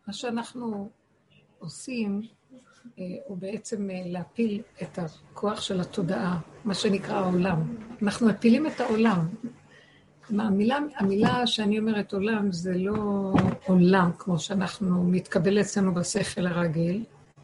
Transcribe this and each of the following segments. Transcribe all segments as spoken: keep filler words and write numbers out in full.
מה שאנחנו עושים, הוא בעצם להפיל את הכוח של התודעה, מה שנקרא העולם. אנחנו מפילים את העולם. המילה, המילה שאני אומרת עולם זה לא עולם כמו שאנחנו מתקבל אצלנו בשכל הרגיל.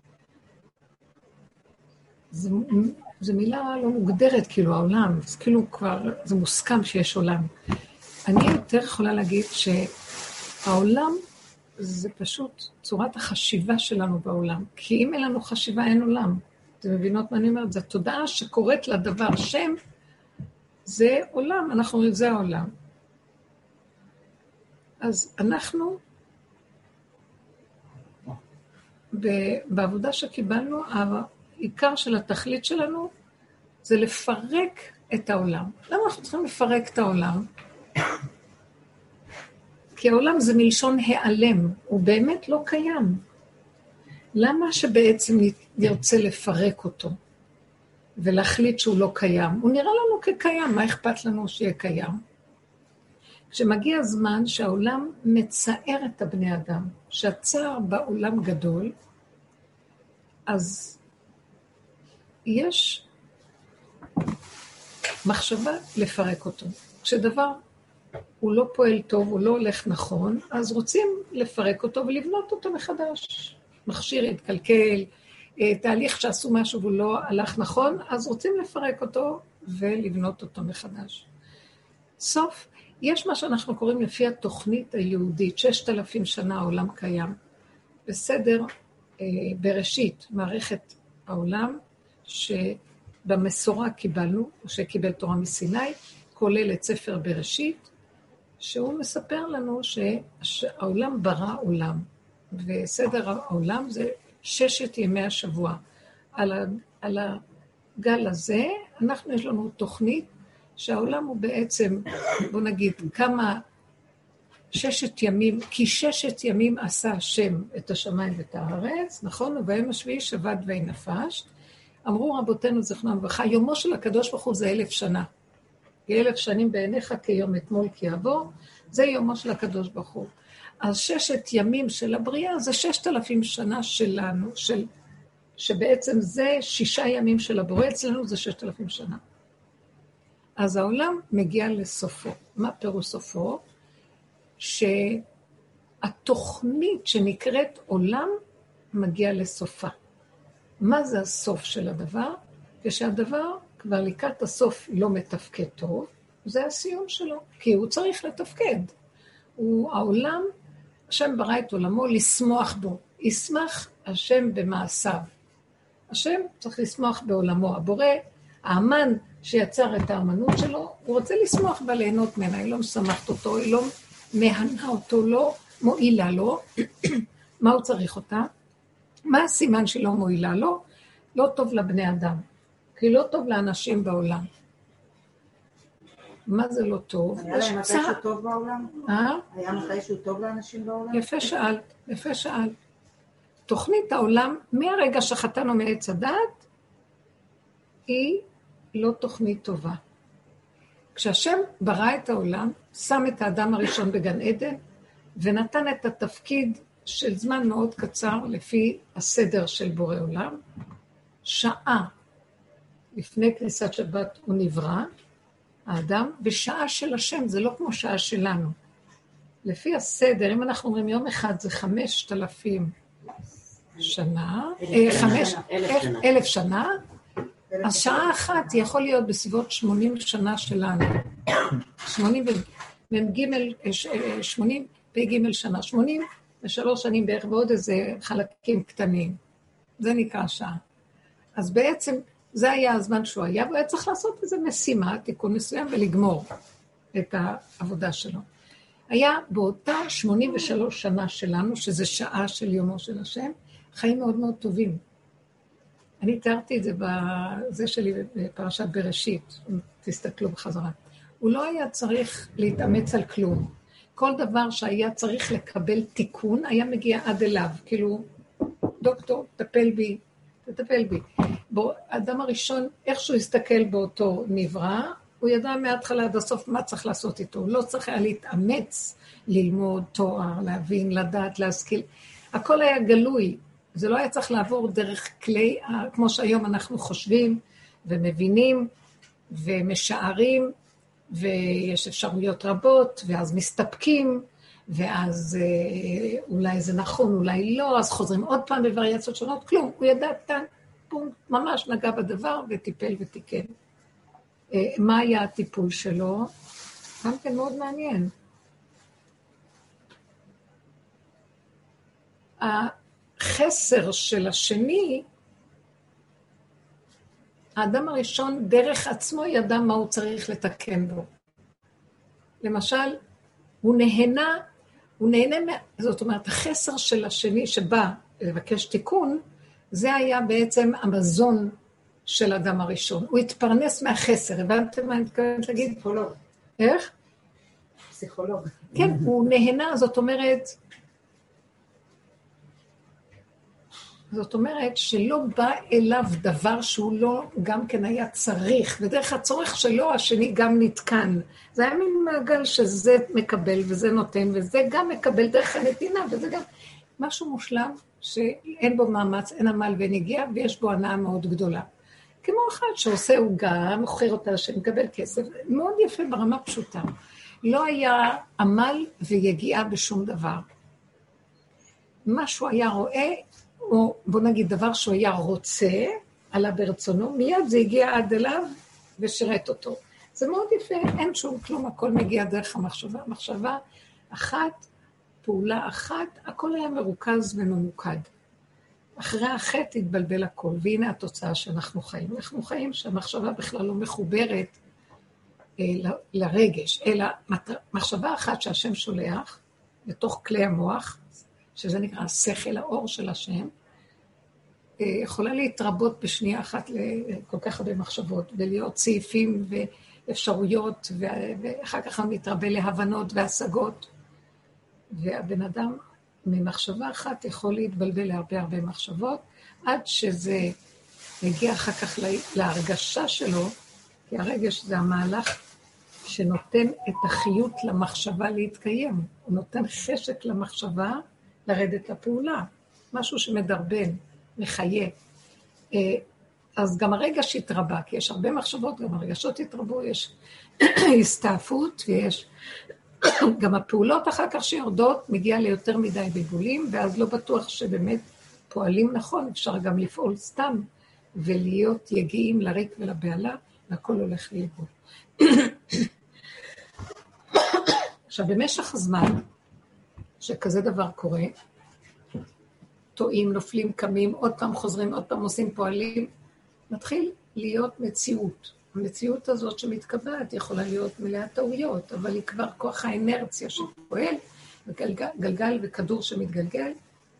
זה, זה מילה לא מוגדרת כאילו העולם, זה כאילו כבר, זה מוסכם שיש עולם. אני יותר יכולה להגיד שהעולם זה פשוט צורת החשיבה שלנו בעולם. כי אם אין לנו חשיבה אין עולם. אתם מבינות מה אני אומרת? זו התודעה שקוראת לדבר שם, זה עולם, אנחנו אומרים זה העולם. אז אנחנו, בעבודה שקיבלנו, העיקר של התכלית שלנו, זה לפרק את העולם. למה אנחנו צריכים לפרק את העולם? כי העולם זה מלשון העלם, הוא באמת לא קיים. למה שבעצם נרצה לפרק אותו, ולהחליט שהוא לא קיים? הוא נראה לנו כקיים, מה אכפת לנו שיהיה קיים? כשמגיע הזמן שהעולם מצער את הבני אדם, שהצער בעולם גדול, אז יש מחשבה לפרק אותו. כשדבר הוא לא פועל טוב, הוא לא הולך נכון, אז רוצים לפרק אותו ולבנות אותו מחדש. מכשיר התקלקל, תהליך שעשו משהו והוא לא הלך נכון, אז רוצים לפרק אותו ולבנות אותו מחדש. סוף, יש מה שאנחנו קוראים לפי התוכנית היהודית, ששת אלפים שנה העולם קיים. בסדר, בראשית, מערכת העולם, שבמסורה קיבלנו, או שקיבל תורה מסיני, כולל את ספר בראשית, שהוא מספר לנו שהעולם ברא עולם, וסדר העולם זה ששת ימי השבוע. על, ה, על הגל הזה, אנחנו יש לנו תוכנית, שהעולם הוא בעצם, בוא נגיד, כמה ששת ימים, כי ששת ימים עשה השם את השמיים ואת הארץ, נכון? וביום השביעי שבת וינפש, אמרו רבותינו זכרונם לברכה, יומו של הקדוש ברוך הוא זה אלף שנה. כי אלף שנים בעיניך כיום אתמול כי יבוא, זה יומו של הקדוש ברוך הוא. אז ששת ימים של הבריאה זה ששת אלפים שנה שלנו, של, שבעצם זה שישה ימים של הבורא, אצלנו זה ששת אלפים שנה. אז העולם מגיע לסופו. מה פירוש סופו? שהתוכנית שנקראת עולם מגיע לסופה. מה זה הסוף של הדבר? כשהדבר כבר לקראת הסוף לא מתפקד טוב, זה הסיום שלו, כי הוא צריך לתפקד. הוא העולם, השם ברא את עולמו לשמוח בו. ישמח השם במעשיו. השם צריך לשמוח בעולמו. הבורא, האמן שיצר את האמנות שלו, הוא רוצה לשמוח בה, ליהנות ממנה, היא לא משמחת אותו, היא לא מהנה אותו, לא מועילה לו. מה הוא צריך אותה? מה הסימן שלא מועילה לו? לא טוב לבני אדם, כי לא טוב לאנשים בעולם. מה זה לא טוב? היה להם מתי שהוא טוב בעולם? אה? היה מתי שהוא טוב לאנשים בעולם? יפה שאלת, יפה שאלת. תוכנית העולם, מהרגע שחטאנו מעץ הדעת, היא לא תוכנית טובה. כשהשם ברא את העולם, שם את האדם הראשון בגן עדן, ונתן את התפקיד של זמן מאוד קצר, לפי הסדר של בורא עולם, שעה לפני כניסת שבת הוא נברא, האדם, בשעה של השם, זה לא כמו שעה שלנו. לפי הסדר, אם אנחנו אומרים יום אחד זה חמשת אלפים שנה, חמש, אלף שנה, אז שעה אחת יכול להיות בסביבות שמונים שנה שלנו. שמונים וג' שמונים פג' שנה, שמונים ושלוש שנים בערך, ועוד איזה חלקים קטנים. זה נקרא שעה. אז בעצם זה היה הזמן שהוא היה, והוא היה צריך לעשות איזו משימה, תיקון מסוים, ולגמור את העבודה שלו. היה באותה שמונים ושלוש שנה שלנו, שזה שעה של יומו של השם, חיים מאוד מאוד טובים. אני תיארתי את זה בזה שלי בפרשת בראשית, תסתכלו בחזרה. הוא לא היה צריך להתאמץ על כלום. כל דבר שהיה צריך לקבל תיקון, היה מגיע עד אליו. כאילו, דוקטור, טפל בי, תטפל בי. בו, האדם הראשון, איכשהו הסתכל באותו נברא, הוא ידע מההתחלה עד הסוף מה צריך לעשות איתו. הוא לא צריך היה להתאמץ, ללמוד תואר, להבין, לדעת, להשכיל. הכל היה גלוי. זה לא היה צריך לעבור דרך כלי, כמו שהיום אנחנו חושבים ומבינים ומשערים, ויש אפשרויות רבות, ואז מסתפקים, ואז אה, אולי זה נכון, אולי לא, אז חוזרים עוד פעם בווריאציות שונות, כלום, הוא ידע כאן, פונקט, ממש נגע בדבר וטיפל ותיקן. אה, מה היה הטיפול שלו? גם כן מאוד מעניין. החסר של השני, האדם הראשון דרך עצמו ידע מה הוא צריך לתקן בו. למשל, הוא נהנה, הוא נהנה, זאת אומרת, החסר של השני שבא לבקש תיקון, זה היה בעצם המזון של האדם הראשון. הוא התפרנס מהחסר, הבנתם מה אני מתכוונת להגיד? פסיכולוג. איך? פסיכולוג. כן, הוא נהנה, זאת אומרת, זאת אומרת שלא בא אליו דבר שהוא לא גם כן היה צריך, ודרך הצורך שלו השני גם נתקן. זה היה מין מעגל שזה מקבל וזה נותן, וזה גם מקבל דרך הנתינה, וזה גם משהו מושלם שאין בו מאמץ, אין עמל ואין הגיע, ויש בו הנאה מאוד גדולה. כמו אחד שעושה עוגה, מוכר אותה, שמקבל כסף, מאוד יפה ברמה פשוטה. לא היה עמל ויגיעה בשום דבר. מה שהוא היה רואה, או בוא נגיד דבר שהוא היה רוצה, עלה ברצונו, מיד זה הגיע עד אליו ושירת אותו. זה מאוד יפה, אין שום כלום, הכל מגיע דרך המחשבה. מחשבה אחת, פעולה אחת, הכל היה מרוכז וממוקד. אחרי החטא התבלבל הכל, והנה התוצאה שאנחנו חיים. אנחנו חיים שהמחשבה בכלל לא מחוברת אה, ל- לרגש, אלא מחשבה אחת שהשם שולח, בתוך כלי המוח, שזה נקרא שכל האור של השם, יכולה להתרבות בשנייה אחת לכל כך הרבה מחשבות, ולהיות סעיפים ואפשרויות, ואחר כך מתרבה להבנות והשגות. והבן אדם ממחשבה אחת יכול להתבלבל להרבה הרבה מחשבות, עד שזה מגיע אחר כך להרגשה שלו, כי הרגש זה המהלך שנותן את החיות למחשבה להתקיים. הוא נותן חשק למחשבה לרדת לפעולה, משהו שמדרבן, מחיה. אז גם הרגש התרבה, כי יש הרבה מחשבות, גם הרגשות התרבו, יש הסתעפות, ויש גם הפעולות אחר כך שיורדות, מגיע ליותר מדי בלבולים, ואז לא בטוח שבאמת פועלים נכון, אפשר גם לפעול סתם, ולהיות יגיעים לריק ולבעלה, והכל הולך לאיבוד. עכשיו, במשך הזמן, שכזה דבר קורה, טועים, נופלים, קמים, עוד פעם חוזרים, עוד פעם עושים פועלים, מתחיל להיות מציאות. המציאות הזאת שמתקבעת יכולה להיות מלאה טעויות, אבל היא כבר כוח האנרציה שפועל, וגלגל, גלגל וכדור שמתגלגל,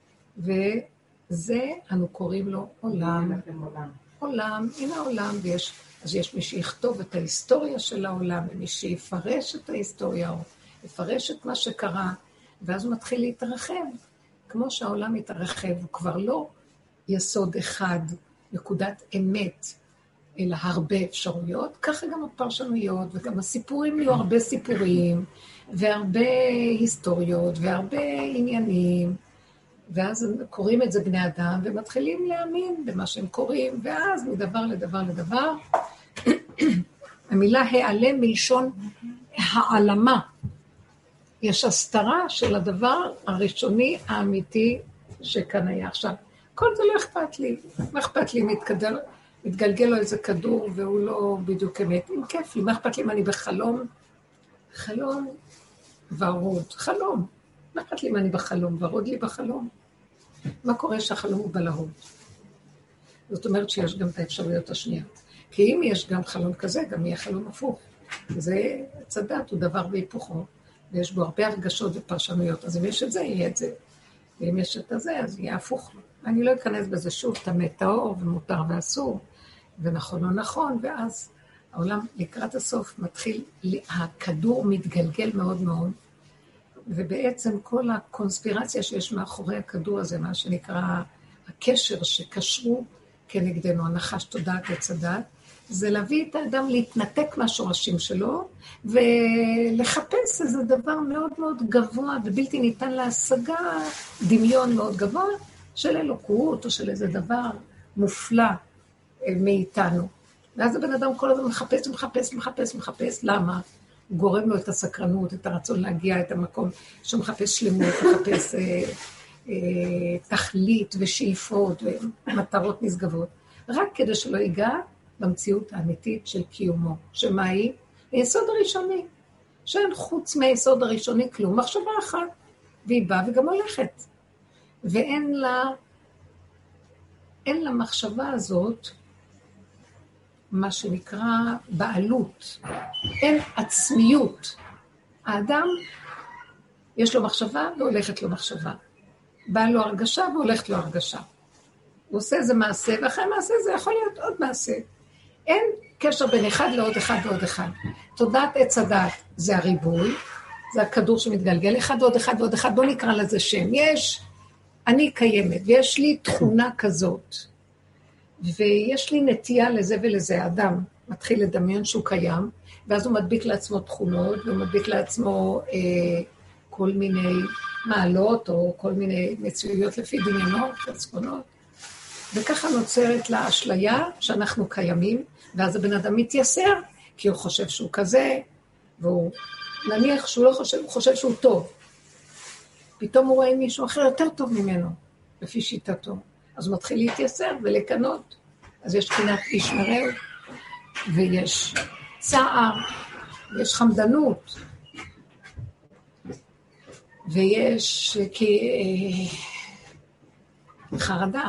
וזה אנו קוראים לו עולם. עולם, הנה העולם, ויש, אז יש מי שיכתוב את ההיסטוריה של העולם, ומי שיפרש את ההיסטוריה, או יפרש את מה שקרה, ואז הוא מתחיל להתרחב. כמו שהעולם מתרחב, הוא כבר לא יסוד אחד, נקודת אמת, אלא הרבה אפשרויות, ככה גם הפרשנויות, וגם הסיפורים יהיו הרבה סיפורים, והרבה היסטוריות, והרבה עניינים, ואז קוראים את זה בני אדם, ומתחילים להאמין במה שהם קוראים, ואז מדבר לדבר לדבר, המילה העלם מלשון העלמה, יש הסתרה של הדבר הראשוני האמיתי שכאן היה. עכשיו, כל זה לא אכפת לי. מה אכפת לי? מתגלגל, מתגלגל לו איזה כדור והוא לא בדיוק אמת. אם כיף לי, מה אכפת לי אם אני בחלום? חלום ורוד. חלום. מה אכפת לי אם אני בחלום? ורוד לי בחלום. מה קורה שהחלום הוא בלהות? זאת אומרת שיש גם את האפשרויות השניות. כי אם יש גם חלום כזה, גם יהיה חלום הפוך. זה צדת, הוא דבר בהיפוכו. ויש בו הרבה הרגשות ופרשנויות, אז אם יש את זה, יהיה את זה. ואם יש את זה, אז יהיה הפוך. אני לא אכנס בזה שוב, תמה טהור ומותר ואסור, ונכון או נכון, ואז העולם לקראת הסוף מתחיל, הכדור מתגלגל מאוד מאוד, ובעצם כל הקונספירציה שיש מאחורי הכדור הזה, מה שנקרא הקשר שקשרו כנגדנו, הנחש תודעת וצדת, זה להביא את האדם להתנתק מהשורשים שלו, ולחפש איזה דבר מאוד מאוד גבוה, ובלתי ניתן להשגה, דמיון מאוד גבוה, של אלוקות, או של איזה דבר מופלא מאיתנו. ואז הבן אדם כל הזמן מחפש, מחפש, מחפש, מחפש. למה? הוא גורם לו את הסקרנות, את הרצון להגיע, את המקום שמחפש שלמות, מחפש אה, אה, תכלית ושאיפות ומטרות נשגבות. רק כדי שלא ייגע במציאות האמיתית של קיומו. שמה היא? היסוד הראשוני. שאין חוץ מהיסוד הראשוני כלום, מחשבה אחת. והיא באה וגם הולכת. ואין לה, אין למחשבה הזאת, מה שנקרא בעלות, אין עצמיות. האדם, יש לו מחשבה והולכת לו מחשבה. באה לו הרגשה והולכת לו הרגשה. הוא עושה איזה מעשה, ואחרי מעשה זה יכול להיות עוד מעשה. אין קשר בין אחד לעוד אחד ועוד אחד. תודעת עץ הדעת זה הריבוי, זה הכדור שמתגלגל, אחד ועוד אחד ועוד אחד, בוא נקרא לזה שם. יש, אני קיימת, ויש לי תכונה כזאת. ויש לי נטייה לזה ולזה, אדם מתחיל לדמיין שהוא קיים, ואז הוא מדביק לעצמו תכונות, והוא מדביק לעצמו אה, כל מיני מעלות, או כל מיני מציאויות לפי דמיונות, חסכונות, וככה נוצרת לה אשליה שאנחנו קיימים, ואז הבן אדם מתייסר, כי הוא חושב שהוא כזה, והוא נניח שהוא לא חושב, הוא חושב שהוא טוב. פתאום הוא רואה מישהו אחר יותר טוב ממנו, לפי שיטתו. אז הוא מתחיל להתייסר ולקנות. אז יש קנאת איש מרעהו, ויש צער, ויש חמדנות, ויש כי, אה, חרדה.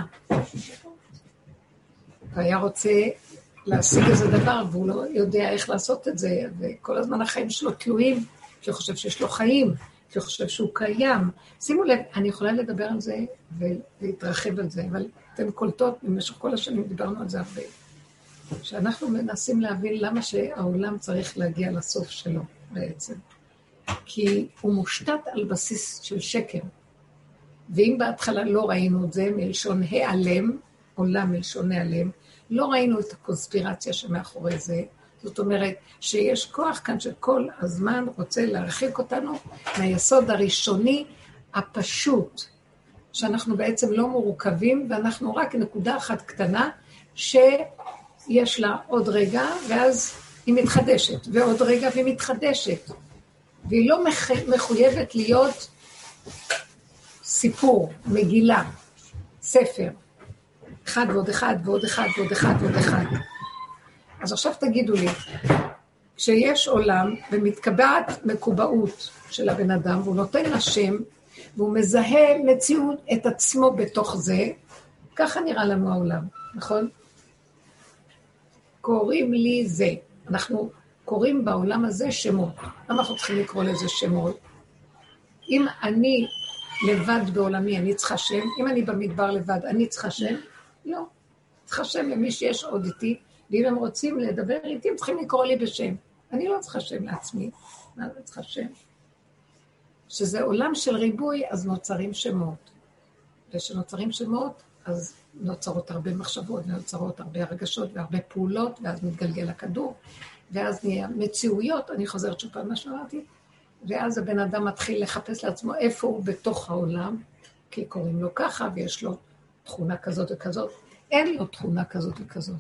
והיה רוצה להשיג איזה דבר, והוא לא יודע איך לעשות את זה, וכל הזמן החיים שלו תלויים, כי הוא חושב שיש לו חיים, כי הוא חושב שהוא קיים. שימו לב, אני יכולה לדבר על זה ולהתרחב על זה, אבל אתם קולטות, במשך כל השנים דיברנו על זה הרבה, שאנחנו מנסים להבין למה שהעולם צריך להגיע לסוף שלו בעצם. כי הוא מושתת על בסיס של שקר. ואם בהתחלה לא ראינו את זה, מלשון העלם, עולם מלשון העלם, לא ראינו את הקונספירציה שמאחורי זה, זאת אומרת שיש כוח כאן שכל הזמן רוצה להרחיק אותנו מהיסוד הראשוני הפשוט, שאנחנו בעצם לא מורכבים, ואנחנו רק נקודה אחת קטנה, שיש לה עוד רגע, ואז היא מתחדשת, ועוד רגע והיא מתחדשת, והיא לא מחויבת להיות סיפור, מגילה, ספר, אחד ועוד אחד ועוד אחד ועוד אחד ועוד אחד. אז עכשיו תגידו לי, כשיש עולם ומתקבעת מקובעות של הבן אדם, והוא נותן לה שם, והוא מזהה מציאות את עצמו בתוך זה, ככה נראה לנו העולם, נכון? קוראים לי זה. אנחנו קוראים בעולם הזה שמות. למה אנחנו צריכים לקרוא לזה שמות? אם אני לבד בעולמי, אני צריכה שם. אם אני במדבר לבד, אני צריכה שם. לא. צריכה שם למי שיש עוד איתי, ואם הם רוצים לדבר איתי, הם צריכים לקרוא לי בשם. אני לא צריכה שם לעצמי. מה אני צריכה שם? שזה עולם של ריבוי, אז נוצרים שמות. ושנוצרים שמות, אז נוצרות הרבה מחשבות, ונוצרות הרבה הרגשות, והרבה פעולות, ואז מתגלגל הכדור, ואז נהיה מציאויות, אני חוזרת שוב פעם מה שאמרתי, ואז הבן אדם מתחיל לחפש לעצמו איפה הוא בתוך העולם, כי קוראים לו ככה, ויש לו תכונה כזאת וכזאת. אין לו תכונה כזאת וכזאת.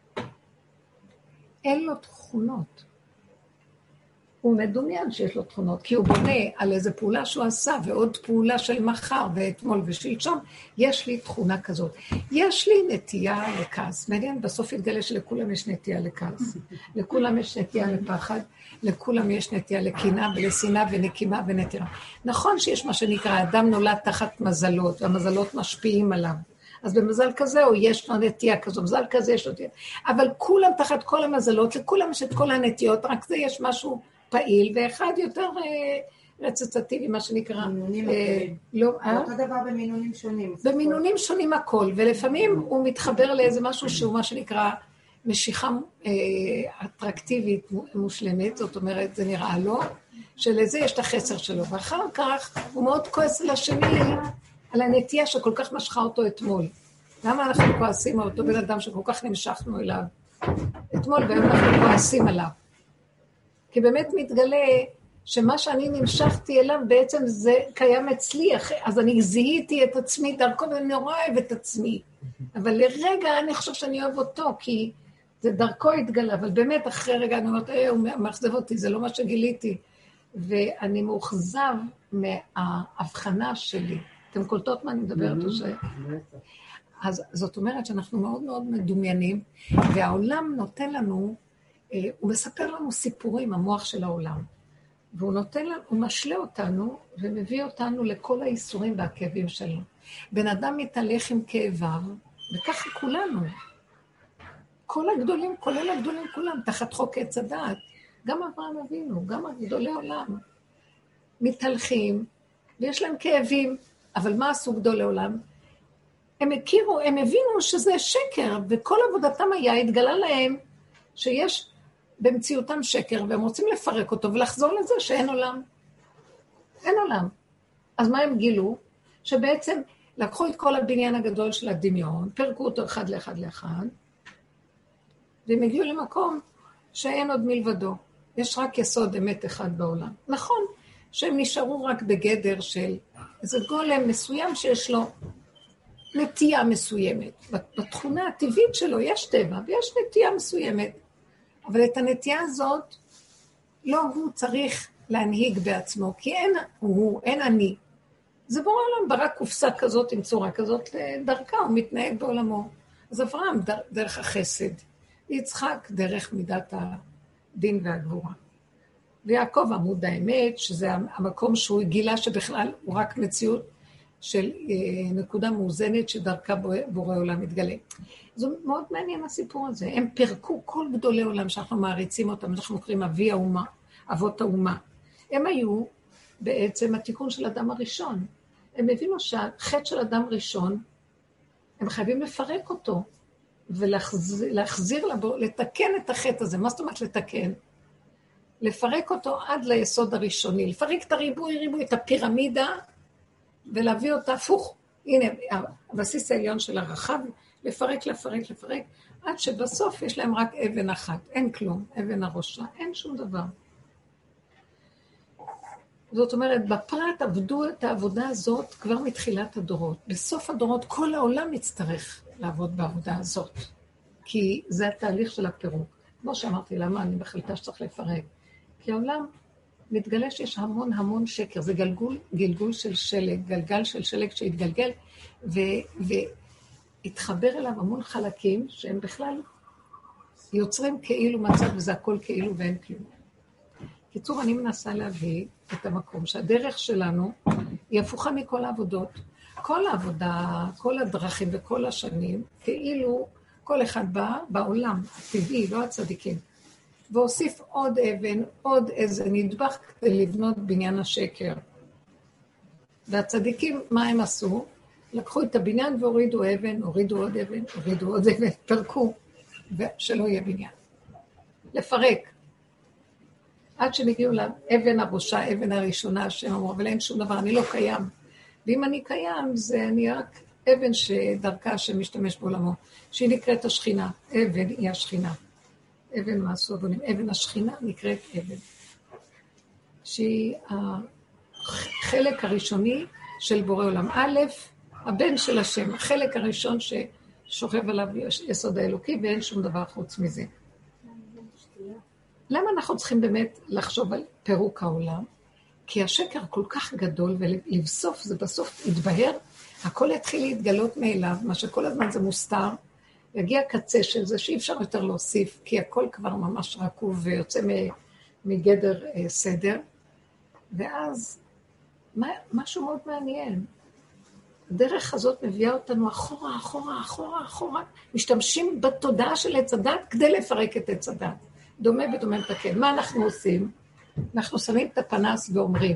אין לו תכונות. הוא מדומיין שיש לו תכונות, כי הוא בונה על איזו פעולה שהוא עשה, ועוד פעולה של מחר, ואתמול ושלשום, יש לי תכונה כזאת. יש לי נטייה לכעס. מעניין, בסוף יתגלה שלכולם יש נטייה לכעס. לכולם יש נטייה לפחד, לכולם יש נטייה לקנאה ולשנאה ונקימה ונטייה. נכון שיש מה שנקרא, אדם נולד תחת מזלות, והמזלות משפיעים עליו. אז במזל כזה, או יש לו נטייה כזו, מזל כזה יש לו נטייה. אבל כולם תחת כל המזלות, לכולם יש את כל הנטיות, רק זה יש משהו פעיל, ואחד יותר רצצטיבי, מה שנקרא. במינונים אחרים. לא, אה? אותו דבר במינונים שונים. במינונים שונים הכל, ולפעמים הוא מתחבר לאיזה משהו שהוא מה שנקרא משיכה אטרקטיבית מושלמת, זאת אומרת, זה נראה לו, שלזה יש את החסר שלו, ואחר כך הוא מאוד כועס לשני על הנטייה שכל כך משכה אותו אתמול. למה אנחנו כועסים על אותו בן אדם שכל כך נמשכנו אליו אתמול, והיום אנחנו כועסים עליו. כי באמת מתגלה שמה שאני נמשכתי אליו בעצם זה קיים אצלי, אז אני זיהיתי את עצמי דרכו ואני נורא אוהב את עצמי. אבל לרגע אני חושב שאני אוהב אותו, כי זה דרכו התגלה, אבל באמת אחרי רגע אני אומרת, אה, הוא מאכזב אותי, זה לא מה שגיליתי. ואני מאוכזב מההבחנה שלי. אתם קולטות מה אני מדברת או ש... אז זאת אומרת שאנחנו מאוד מאוד מדומיינים, והעולם נותן לנו, הוא מספר לנו סיפורים, המוח של העולם. והוא נותן לנו, הוא משלה אותנו, ומביא אותנו לכל האיסורים והכאבים שלנו. בן אדם מתהלך עם כאביו, וככה כולנו. כל הגדולים, כולל הגדולים כולם, תחת חוק עץ הדעת. גם אברהם אבינו, גם הגדולי עולם. מתהלכים, ויש להם כאבים, אבל מה עשו גדולי עולם? הם הכירו, הם הבינו שזה שקר, וכל עבודתם היה, התגלה להם שיש במציאותם שקר, והם רוצים לפרק אותו ולחזור לזה שאין עולם. אין עולם. אז מה הם גילו? שבעצם לקחו את כל הבניין הגדול של הדמיון, פרקו אותו אחד לאחד לאחד, והם הגיעו למקום שאין עוד מלבדו. יש רק יסוד אמת אחד בעולם. נכון שהם נשארו רק בגדר של איזה גולם מסוים שיש לו נטייה מסוימת. בתכונה הטבעית שלו יש טבע ויש נטייה מסוימת. אבל את הנטייה הזאת לא הוא צריך להנהיג בעצמו, כי אין הוא, אין אני. זה בורא עולם, ברא קופסה כזאת עם צורה כזאת דרכה, הוא מתנהג בעולמו. אז אברהם דרך החסד, יצחק דרך מידת הדין והגבורה. ויעקב עמוד האמת, שזה המקום שהוא גילה שבכלל הוא רק מציאות של נקודה מאוזנת שדרכה בורא עולם מתגלה. זה מאוד מעניין הסיפור הזה. הם פרקו כל גדולי עולם שאנחנו מעריצים אותם, אנחנו קוראים אבי האומה, אבות האומה. הם היו בעצם התיקון של אדם הראשון. הם הבינו שהחטא של אדם ראשון, הם חייבים לפרק אותו, ולהחזיר לבוא, לתקן את החטא הזה. מה זאת אומרת לתקן? לפרק אותו עד ליסוד הראשוני, לפרק את הריבוי, ריבוי, את הפירמידה, ולהביא אותה הפוך. הנה, הבסיס העליון של הרחב, לפרק, לפרק, לפרק, עד שבסוף יש להם רק אבן אחת. אין כלום, אבן הראשה, אין שום דבר. זאת אומרת, בפרט עבדו את העבודה הזאת כבר מתחילת הדורות. בסוף הדורות כל העולם יצטרך לעבוד בעבודה הזאת. כי זה התהליך של הפירוק. כמו שאמרתי, למה אני מחליטה שצריך לפרק? כי העולם מתגלה שיש המון המון שקר. זה גלגול, גלגול של שלג, גלגל של שלג שהתגלגל, ו, והתחבר אליו המון חלקים שהם בכלל יוצרים כאילו מצב, וזה הכל כאילו ואין כלום. קיצור, אני מנסה להביא את המקום שהדרך שלנו היא הפוכה מכל העבודות. כל העבודה, כל הדרכים וכל השנים, כאילו כל אחד בא בעולם, הטבעי, לא הצדיקים, והוסיף עוד אבן, עוד איזה נדבך כדי לבנות בניין השקר. והצדיקים, מה הם עשו? לקחו את הבניין והורידו אבן, הורידו עוד אבן, הורידו עוד אבן, פרקו, ושלא יהיה בניין. לפרק. עד שנגיעו לאבן הראשה, אבן הראשונה, שהם אמרו, אבל אין שום דבר, אני לא קיים. ואם אני קיים, זה אני רק אבן שדרכה שמשתמש בעולמו, שהיא נקראת השכינה. אבן היא השכינה. אבן מעשו אבנים. אבן השכינה נקראת אבן. שהיא החלק הראשוני של בורא עולם. א', הבן של השם, החלק הראשון ששוכב עליו יסוד האלוקי, ואין שום דבר חוץ מזה. למה אנחנו צריכים באמת לחשוב על פירוק העולם? כי השקר כל כך גדול, ולבסוף זה בסוף יתבהר, הכל יתחיל להתגלות מאליו, מה שכל הזמן זה מוסתר, יגיע קצה של זה שאי אפשר יותר להוסיף, כי הכל כבר ממש רקוב ויוצא מגדר סדר, ואז משהו מאוד מעניין. הדרך הזאת מביאה אותנו אחורה, אחורה, אחורה, אחורה, משתמשים בתודעה של עץ הדת כדי לפרק את עץ הדת. דומה ודומה מתקן. מה אנחנו עושים? אנחנו שמים את הפנס ואומרים,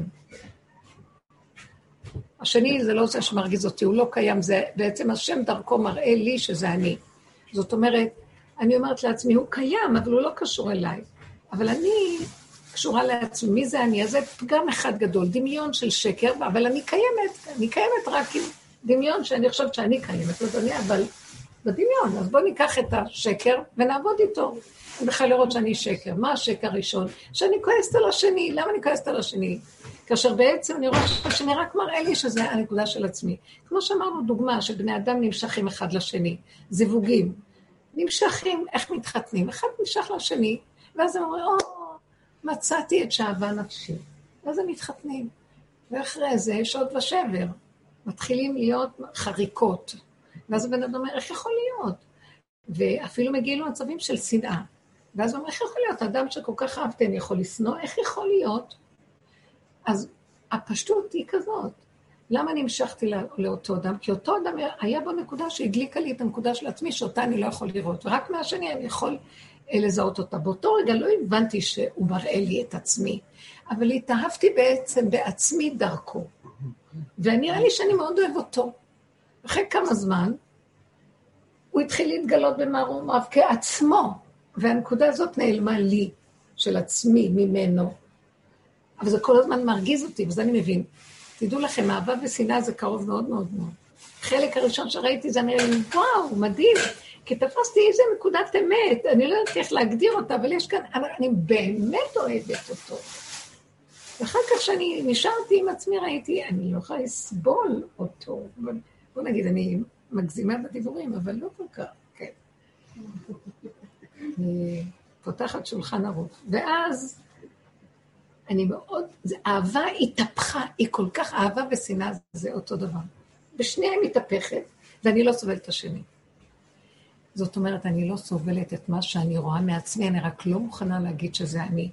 השני זה לא זה שמרגיז אותי, הוא לא קיים, זה בעצם השם דרכו מראה לי שזה אני. זאת אומרת, אני אומרת לעצמי, הוא קיים, אבל הוא לא קשור אליי. אבל אני קשורה לעצמי, מי זה אני? אז זה פגם אחד גדול, דמיון של שקר, אבל אני קיימת, אני קיימת רק עם דמיון שאני חושבת שאני קיימת, אז אני, אבל בדמיון. אז בואו ניקח את השקר ונעבוד איתו. אני בכלל לראות שאני שקר. מה השקר הראשון? שאני כועסת על השני. למה אני כועסת על השני? כאשר בעצם אני רואה שאני רק מראה לי שזה הנקודה של עצמי. כמו שאמרנו דוגמה, שבני אדם נמשכים אחד לשני, זיווגים. נמשכים, איך מתחתנים? אחד נמשך לשני, ואז הם אומרים, או, מצאתי את שאהבה נפשי. ואז הם מתחתנים. ואחרי זה יש עוד ושבר. מתחילים להיות חריקות. ואז הבן אדם אומר, איך יכול להיות? ואפילו מגיעים למצבים של שנאה. ואז הוא אומר, איך יכול להיות? אדם שכל כך אהבתם יכול לשנוא, איך יכול להיות? אז הפשטות היא כזאת. למה נמשכתי לאותו אדם? כי אותו אדם היה בנקודה שהדליקה לי את הנקודה של עצמי, שאותה אני לא יכול לראות. ורק מהשני אני יכול לזהות אותה. באותו רגע לא הבנתי שהוא מראה לי את עצמי, אבל התאהבתי בעצם בעצמי דרכו. ונראה לי שאני מאוד אוהב אותו. אחרי כמה זמן, הוא התחיל להתגלות במערומיו כעצמו, והנקודה הזאת נעלמה לי, של עצמי, ממנו. אבל זה כל הזמן מרגיז אותי, וזה אני מבין. תדעו לכם, אהבה ושנאה זה קרוב מאוד מאוד מאוד. החלק הראשון שראיתי זה נראה לי, וואו, מדהים, כי תפסתי איזה נקודת אמת, אני לא יודעת איך להגדיר אותה, אבל יש כאן, אני באמת אוהבת אותו. ואחר כך שאני נשארתי עם עצמי, ראיתי, אני לא יכולה לסבול אותו. בוא נגיד, אני מגזימה בדיבורים, אבל לא כל כך, כן. אני פותחת שולחן ערוך. ואז אני מאוד, זה, אהבה התהפכה, היא כל כך אהבה ושנאה, זה אותו דבר. בשניהם מתהפכת, ואני לא סובלת את השני. זאת אומרת, אני לא סובלת את מה שאני רואה מעצמי, אני רק לא מוכנה להגיד שזה אני.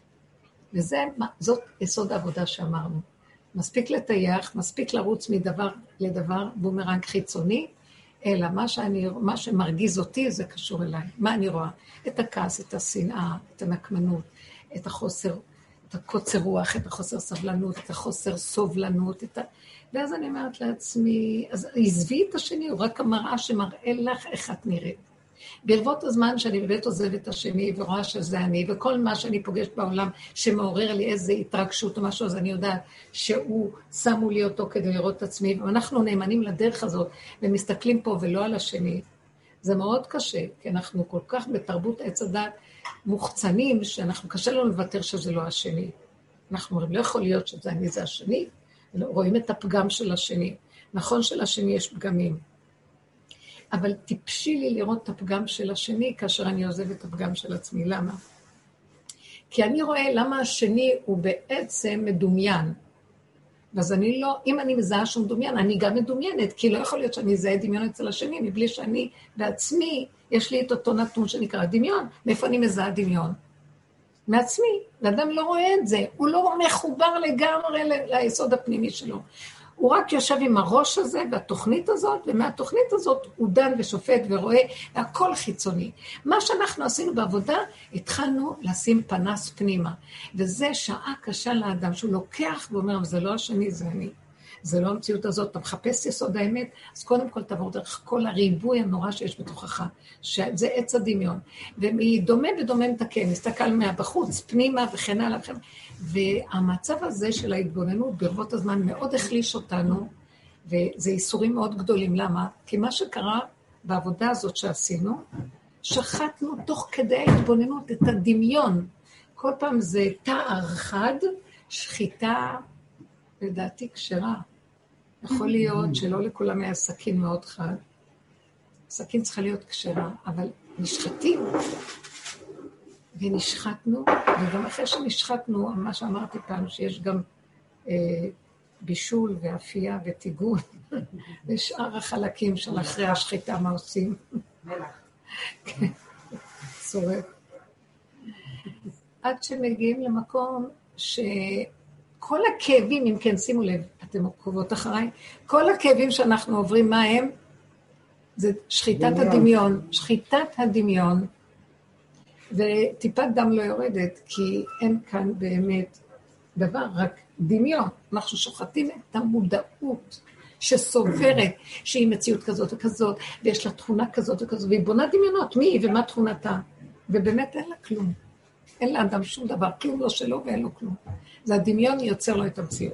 וזאת יסוד העבודה שאמרנו. מספיק לטייח, מספיק לרוץ מדבר לדבר, בומרנג חיצוני, אלא מה, שאני, מה שמרגיז אותי זה קשור אליי. מה אני רואה? את הכעס, את השנאה, את הנקמנות, את החוסר, את הקוצר רוח, את החוסר סבלנות, את החוסר סובלנות, את ה... ואז אני אומרת לעצמי, אז עזבי את השני, הוא רק המראה שמראה לך איך את נראית. ברבות הזמן שאני באמת עוזבת את השני ורואה שזה אני, וכל מה שאני פוגשת בעולם שמעורר לי איזו התרגשות או משהו, אז אני יודעת שהוא שמו לי אותו כדי לראות את עצמי, ואנחנו נאמנים לדרך הזאת ומסתכלים פה ולא על השני. זה מאוד קשה, כי אנחנו כל כך בתרבות עץ הדת מוחצנים, שאנחנו קשה לנו לוותר שזה לא השני. אנחנו אומרים, לא יכול להיות שזה אני זה השני, רואים את הפגם של השני. נכון שלשני יש פגמים. אבל טיפשי לי לראות את הפגם של השני, כאשר אני עוזב את הפגם של עצמי. למה? כי אני רואה למה השני הוא בעצם מדומיין. ואז אני לא, אם אני מזהה שהוא מדומיין, אני גם מדומיינת, כי לא יכול להיות שאני אזהה דמיון אצל השני, מבלי שאני בעצמי, יש לי את אותו נתון שנקרא דמיון. מאיפה אני מזהה דמיון? מעצמי. לאדם לא רואה את זה, הוא לא מחובר לגמרי ליסוד הפנימי שלו. הוא רק יושב עם הראש הזה והתוכנית הזאת, ומהתוכנית הזאת הוא דן ושופט ורואה, והכל חיצוני. מה שאנחנו עשינו בעבודה, התחלנו לשים פנס פנימה. וזה שעה קשה לאדם, שהוא לוקח ואומר, זה לא השני, זה אני. זה לא המציאות הזאת, אתה מחפש יסוד האמת, אז קודם כל תעבור דרך כל הריבוי הנורא שיש בתוכך, שזה עץ הדמיון. ומדומה ודומה מתקן, נסתכל מהבחוץ, פנימה וכן הלאה. והמצב הזה של ההתבוננות ברבות הזמן מאוד החליש אותנו, וזה איסורים מאוד גדולים. למה? כי מה שקרה בעבודה הזאת שעשינו, שחטנו תוך כדי ההתבוננות את הדמיון. כל פעם זה תאר חד, שחיטה, לדעתי כשרה. יכול להיות שלא לכולם היה סכין מאוד חד. סכין צריכה להיות כשרה, אבל נשחטים. ונשחטנו, וגם אחרי שנשחטנו, מה שאמרתי פעם, שיש גם אה, בישול ואפייה וטיגון, ושאר החלקים של אחרי השחיטה, מה עושים? מלח. כן, שורף. עד שמגיעים למקום שכל הכאבים, אם כן, שימו לב, אתם עוקבות אחריי, כל הכאבים שאנחנו עוברים, מה הם? זה שחיטת הדמיון, שחיטת הדמיון, וטיפת דם לא יורדת, כי אין כאן באמת דבר, רק דמיון. אנחנו שוחטים את המודעות שסוברת שהיא מציאות כזאת וכזאת, ויש לה תכונה כזאת וכזאת, והיא בונה דמיונות, מי היא ומה תכונתה, ובאמת אין לה כלום. אין לאדם שום דבר, כלום לא שלו ואין לו כלום. זה הדמיון יוצר לו את המציאות.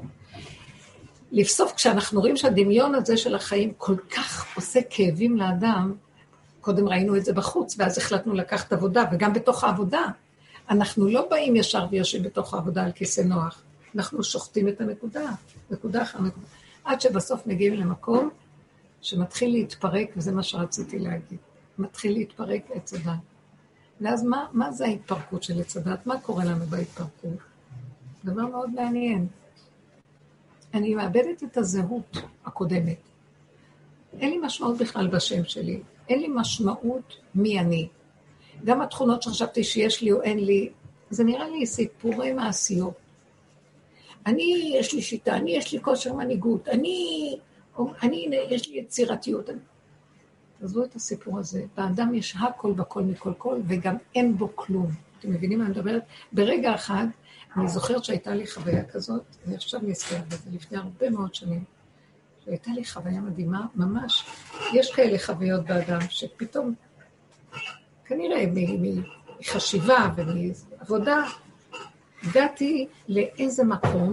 לבסוף, כשאנחנו רואים שהדמיון הזה של החיים כל כך עושה כאבים לאדם, קודם ראינו את זה בחוץ, ואז החלטנו לקחת עבודה, וגם בתוך העבודה. אנחנו לא באים ישר ויושבים בתוך העבודה על כיסא נוח. אנחנו שוחטים את הנקודה, נקודה אחר נקודה. עד שבסוף מגיעים למקום שמתחיל להתפרק, וזה מה שרציתי להגיד. מתחיל להתפרק עץ הדת. ואז מה, מה זה ההתפרקות של עץ הדת? מה קורה לנו בהתפרקות? דבר מאוד מעניין. אני מאבדת את הזהות הקודמת. אין לי משמעות בכלל בשם שלי. אין לי משמעות מי אני. גם התכונות שחשבתי שיש לי או אין לי, זה נראה לי סיפורי מעשיות. אני, יש לי שיטה, אני, יש לי כושר מנהיגות, אני, אני, יש לי יצירתיות. תעזבו את הסיפור הזה. באדם יש הכל בכל מכל כל, וגם אין בו כלום. אתם מבינים מה אני מדברת? ברגע אחד, אני זוכרת שהייתה לי חוויה כזאת, אני עכשיו נזכרת בזה, לפני הרבה מאוד שנים, שהייתה לי חוויה מדהימה, ממש. יש כאלה חוויות באדם, שפתאום, כנראה מחשיבה ומעבודה, הגעתי לאיזה מקום,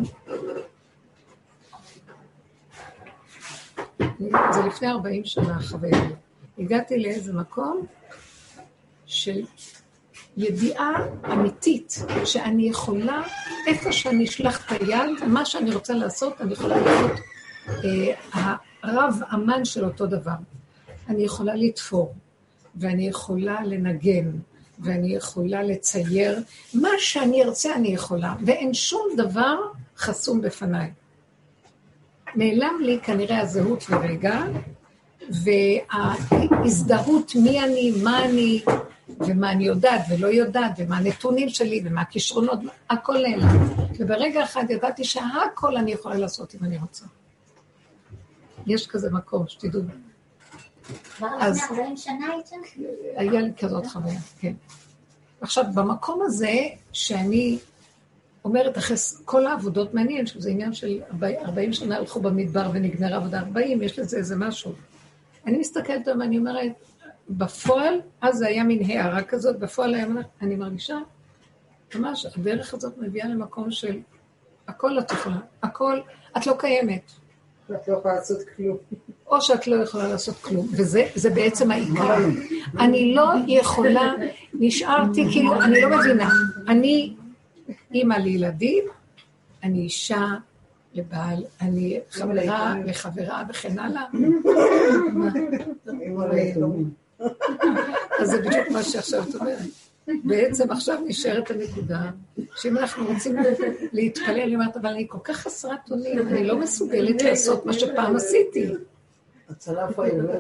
זה לפני ארבעים שנה החוויה, הגעתי לאיזה מקום של ידיעה אמיתית, שאני יכולה, איפה שאני אשלח את היד, מה שאני רוצה לעשות, אני יכולה להיות אה, הרב אמן של אותו דבר. אני יכולה לתפור, ואני יכולה לנגן, ואני יכולה לצייר, מה שאני ארצה אני יכולה, ואין שום דבר חסום בפניי. נעלם לי כנראה הזהות לרגע, וההזדהות מי אני, מה אני, ומה אני יודעת ולא יודעת, ומה הנתונים שלי, ומה הכישרונות, הכל נעלם. וברגע אחד ידעתי שהכל אני יכולה לעשות אם אני רוצה. יש כזה מקום, שתדעו. כבר לפני ארבעים שנה הייתה? היה לי כזאת חוויה, כן. עכשיו, במקום הזה, שאני אומרת, אחרי כל העבודות מעניין, שזה עניין של ארבעים שנה הלכו במדבר ונגמרה עבודה ארבעים, יש לזה איזה משהו. אני מסתכלת ואני אומרת, בפועל, אז זה היה מין הערה כזאת, בפועל היה, אני מרגישה, ממש, הדרך הזאת מביאה למקום של, הכל את יכולה, הכל, את לא קיימת. את לא יכולה לעשות כלום. או שאת לא יכולה לעשות כלום, וזה זה בעצם העיקר. אני לא יכולה, נשארתי כאילו, אני לא מבינה. אני אימא לילדים, אני אישה לבעל, אני חברה לחברה וכן הלאה. אז זה בדיוק מה שעכשיו את אומרת. בעצם עכשיו נשארת הנקודה, שאם אנחנו רוצים להתפלל, אני אומרת, אבל אני כל כך חסרת אונים, אני לא מסוגלת לעשות מה שפעם עשיתי. הצלף העיוור.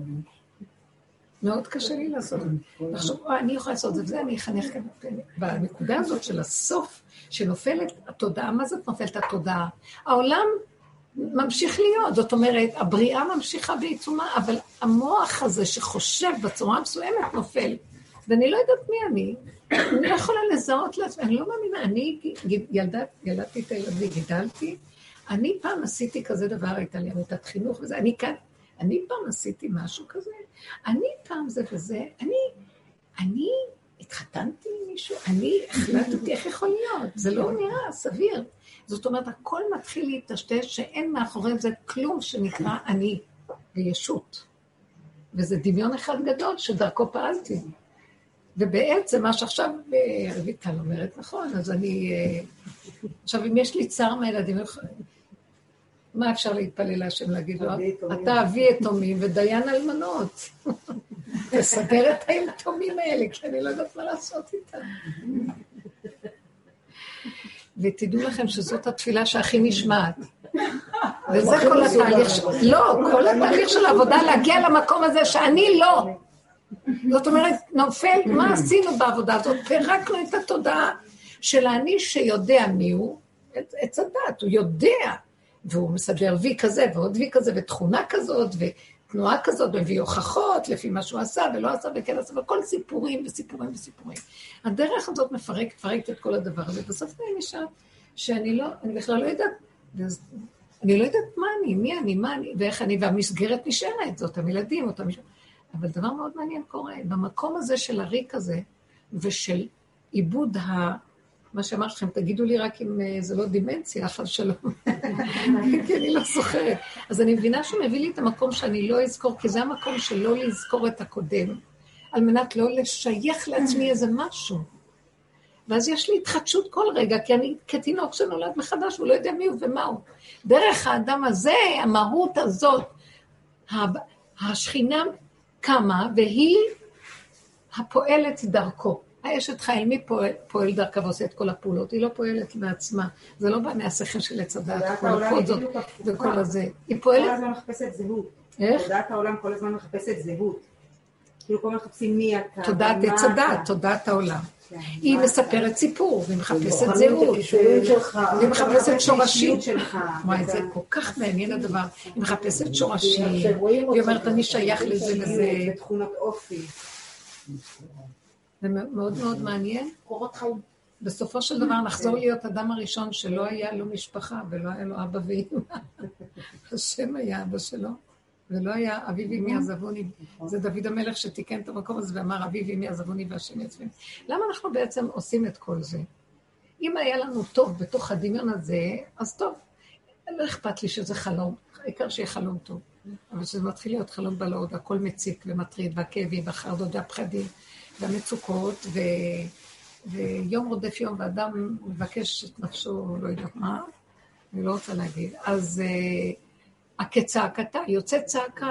מאוד קשה לי לעשות את זה. לחשוב, אני יכולה לעשות את זה, וזה אני אחנך כאן. בנקודה הזאת של הסוף, שנופלת התודעה, מה זאת נופלת התודעה? העולם ממשיך להיות, זאת אומרת, הבריאה ממשיכה בעיצומה, אבל המוח הזה שחושב בצורה מסוימת נופל. ואני לא יודעת מי אני, אני לא יכולה לזהות לעצמי, אני לא מאמינה, אני ילדת, ילדתי את הילדים, גידלתי, אני פעם עשיתי כזה דבר, הייתה לי עמותת חינוך וזה, אני כאן, אני פעם עשיתי משהו כזה, אני פעם זה וזה, אני, אני התחתנתי עם מישהו, אני החלטתי איך יכול להיות, זה לא נראה סביר. זאת אומרת, הכל מתחיל להתשתש שאין מאחורי זה כלום שנקרא אני וישות. וזה דמיון אחד גדול שדרכו פעלתי. ובעצם מה שעכשיו רויטל אומרת, נכון, אז אני, עכשיו אם יש לי צער מהילדים, מה אפשר להתפלל להשם להגיד לו? אתה אבי יתומים ודיין אלמנות. תסדר את היתומים האלה, כי אני לא יודעת מה לעשות איתם. ותדעו לכם שזאת התפילה שהכי נשמעת. וזה כל התהליך, לא, כל התהליך של העבודה להגיע למקום הזה שאני לא. זאת אומרת, נופל, מה עשינו בעבודה הזאת? פירקנו את התודעה של האני שיודע מי הוא, את הדת, הוא יודע, והוא מסדר וי כזה ועוד וי כזה, ותכונה כזאת, ותנועה כזאת, ומביא הוכחות לפי מה שהוא עשה ולא עשה וכן עשה, וכל סיפורים וסיפורים וסיפורים. הדרך הזאת מפרק, מפרקת את כל הדבר הזה, בסוף אני נשאר שאני לא, אני בכלל לא יודעת, אני לא יודעת מה אני, מי אני, מה אני, ואיך אני, והמסגרת נשארת, זאת המילדים, אותם משארת. אבל דבר מאוד מעניין קורה, במקום הזה של הריק הזה, ושל עיבוד מה שאמרתי לכם, תגידו לי רק אם זה לא דימנציה, חס שלום. כי אני לא זוכרת. אז אני מבינה שהוא מביא לי את המקום שאני לא אזכור, כי זה המקום שלא לזכור את הקודם, על מנת לא לשייך לעצמי איזה משהו. ואז יש לי התחדשות כל רגע, כי אני כתינוק שנולד מחדש, הוא לא יודע מי הוא ומה הוא. דרך האדם הזה, המהות הזאת, השכינה קמה, והיא הפועלת דרכו. האשת חיל, מי פועל, פועל דרכה ועושה את כל הפעולות? היא לא פועלת בעצמה. זה לא בא מהשכל של עץ הדעת, כל הפעולות וכל הזה. היא פועלת... כל הזמן מחפשת זהות. איך? תודעת העולם כל הזמן מחפשת זהות. כאילו כל הזמן מחפשים מי אתה. תודעת עץ הדעת, תודעת העולם. היא מספרת סיפור, והיא מחפשת זהות. והיא מחפשת שורשים. וואי, זה כל כך מעניין הדבר. היא מחפשת שורשים. היא אומרת, אני שייך לזה לזה. בתכונות אופי. זה מאוד מאוד מעניין. קורות חיים. בסופו של דבר נחזור להיות אדם הראשון שלא היה לו משפחה ולא היה לו אבא ואמא. השם היה אבא שלו, ולא היה אביו אמי עזבוני. זה דוד המלך שתיקן את המקום הזה ואמר אביו אמי עזבוני והשם יצבני. למה אנחנו בעצם עושים את כל זה? אם היה לנו טוב בתוך הדמיון הזה, אז טוב. לא אכפת לי שזה חלום, העיקר שיהיה חלום טוב. אבל שזה מתחיל להיות חלום בלעוד, הכל מציק ומטריד, והכאבים, והחרדות, והפחדים, והמצוקות, ו... ויום רודף יום, ואדם מבקש את נפשו, לא יודעת מה, אני לא רוצה להגיד. אז uh, כצעקתה, יוצא צעקה.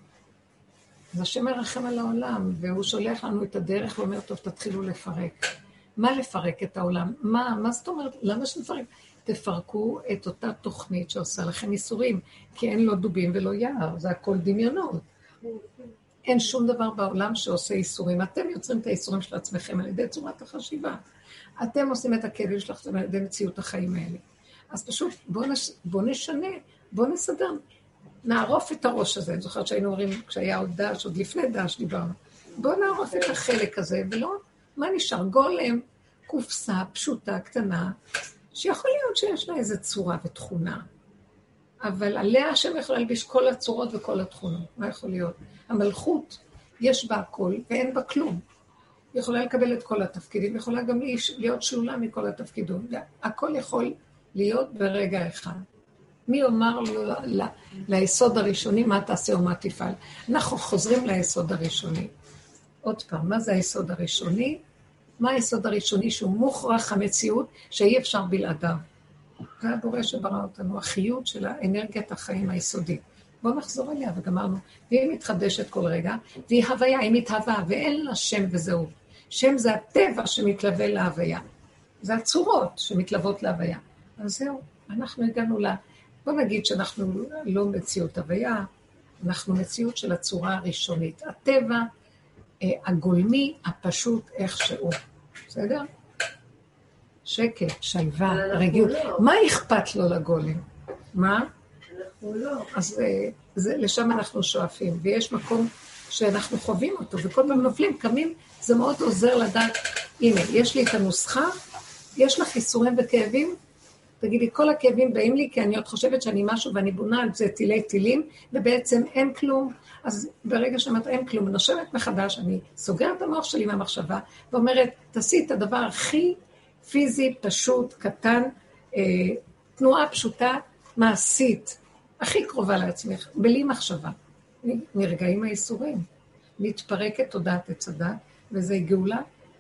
אז השם מרחם על העולם, והוא שולח לנו את הדרך ואומר, טוב, תתחילו לפרק. מה לפרק את העולם? מה, מה זאת אומרת? למה שנפרק? תפרקו את אותה תוכנית שעושה לכם איסורים, כי אין לו דובים ולא יער, זה הכל דמיונות. אין שום דבר בעולם שעושה איסורים. אתם יוצרים את האיסורים של עצמכם על ידי צורת החשיבה. אתם עושים את הכאבים שלכם על ידי מציאות החיים האלה. אז פשוט בואו נש... בוא נשנה, בואו נסדר, נערוף את הראש הזה. אני זוכרת שהיינו אומרים, כשהיה עוד דש, עוד לפני דש דיברנו, בואו נערוף את החלק הזה, ולא, מה נשאר? גולם, קופסה, פשוטה, קטנה, שיכול להיות שיש לה איזו צורה ותכונה, אבל עליה השם יכול להלביש כל הצורות וכל התכונות. מה יכול להיות? המלכות, יש בה הכל ואין בה כלום. היא יכולה לקבל את כל התפקידים, יכולה גם להיות שלולה מכל התפקידות. הכל יכול להיות ברגע אחד. מי אומר לו ל- ל- ליסוד הראשוני מה תעשה ומה תפעל? אנחנו חוזרים ליסוד הראשוני. עוד פעם, מה זה היסוד הראשוני? מה היסוד הראשוני שהוא מוכרח המציאות שאי אפשר בלעדיו? זה הבורא שברא אותנו, החיות של האנרגיית החיים היסודית. בואו נחזור אליה וגמרנו. והיא מתחדשת כל רגע, והיא הוויה, היא מתהווה, ואין לה שם וזהו. שם זה הטבע שמתלווה להוויה. זה הצורות שמתלוות להוויה. אז זהו, אנחנו הגענו לה. בואו נגיד שאנחנו לא מציאות הוויה, אנחנו מציאות של הצורה הראשונית. הטבע הגולמי, הפשוט איכשהו. בסדר? שקט, שלווה, רגיעות. מה אכפת לו לגולם? מה? אנחנו לא. אז זה, לשם אנחנו שואפים, ויש מקום שאנחנו חווים אותו, וכל פעם נופלים, קמים, זה מאוד עוזר לדעת, הנה, יש לי את הנוסחה, יש לך חיסורים וכאבים, תגידי, כל הכאבים באים לי, כי אני עוד חושבת שאני משהו, ואני בונה על זה טילי טילים, ובעצם אין כלום, אז ברגע שאומרת אין כלום, נושמת מחדש, אני סוגרת את המוח שלי מהמחשבה, ואומרת, תעשי את הדבר הכי פיזי, פשוט, קטן, אה, תנועה פשוטה, מעשית, הכי קרובה לעצמך, בלי מחשבה. נרגעים האיסורים, מתפרקת תודעת עץ הדת, וזה גאולה,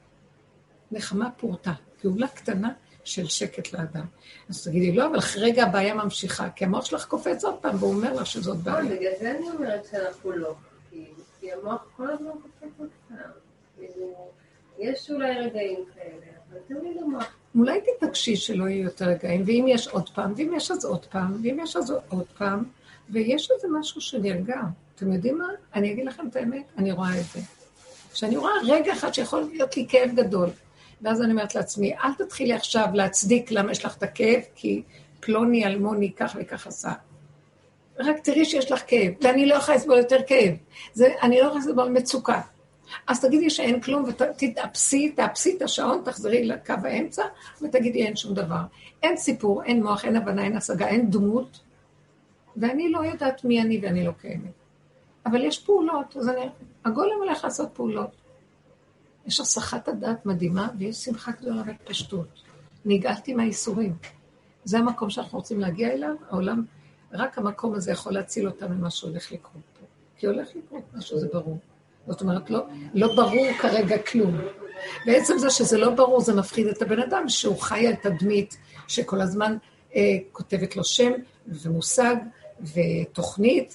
נחמה פורטה, גאולה קטנה של שקט לאדם. אז תגידי, לא, אבל רגע הבעיה ממשיכה, כי המוח שלך קופץ עוד פעם, והוא אומר לך שזאת בעיה. בגלל זה אני אומרת שאנחנו לא, כי המוח כל הזמן קופץ עוד פעם. יש אולי רגעים כאלה, אבל תמיד המוח. אולי תתעקשי שלא יהיו יותר רגעים, ואם יש עוד פעם, ואם יש אז עוד פעם, ואם יש אז עוד פעם, ויש איזה משהו שנרגע. אתם יודעים מה? אני אגיד לכם את האמת, אני רואה את זה. כשאני רואה רגע אחד שיכול להיות לי כאב גדול, ואז אני אומרת לעצמי, אל תתחילי עכשיו להצדיק למה יש לך את הכאב, כי פלוני אלמוני כך וכך עשה. רק תראי שיש לך כאב, ואני לא יכולה לסבול יותר כאב. זה, אני לא יכולה לסבול מצוקה. אז תגידי שאין כלום, ותתאפסי, תאפסי את השעון, תחזרי לקו האמצע, ותגידי אין שום דבר. אין סיפור, אין מוח, אין הבנה, אין השגה, אין דמות, ואני לא יודעת מי אני ואני לא קיימת. אבל יש פעולות, אז אני, הגולם הולך לעשות פעולות. יש הסחת הדעת מדהימה, ויש שמחה גדולה ופשטות. נגאלתי מהאיסורים. זה המקום שאנחנו רוצים להגיע אליו, העולם, רק המקום הזה יכול להציל אותנו ממה שהולך לקרות פה. כי הולך לקרות משהו, זה ברור. זאת אומרת, לא, לא ברור כרגע כלום. בעצם זה שזה לא ברור, זה מפחיד את הבן אדם, שהוא חי על תדמית, שכל הזמן אה, כותבת לו שם, ומושג, ותוכנית,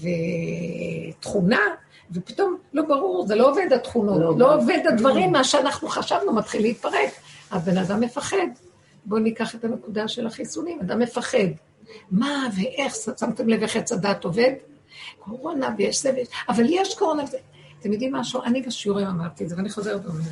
ותכונה, ופתאום לא ברור, זה לא עובד התכונות, לא, לא עובד הדברים, מה שאנחנו חשבנו מתחיל להתפרק. הבן אדם מפחד. בואו ניקח את הנקודה של החיסונים, אדם מפחד. מה ואיך, שמתם לב איך עץ הדת עובד? קורונה ויש זה, אבל יש קורונה וזה. אתם יודעים משהו? אני בשיעורים אמרתי את זה, ואני חוזרת ואומרת.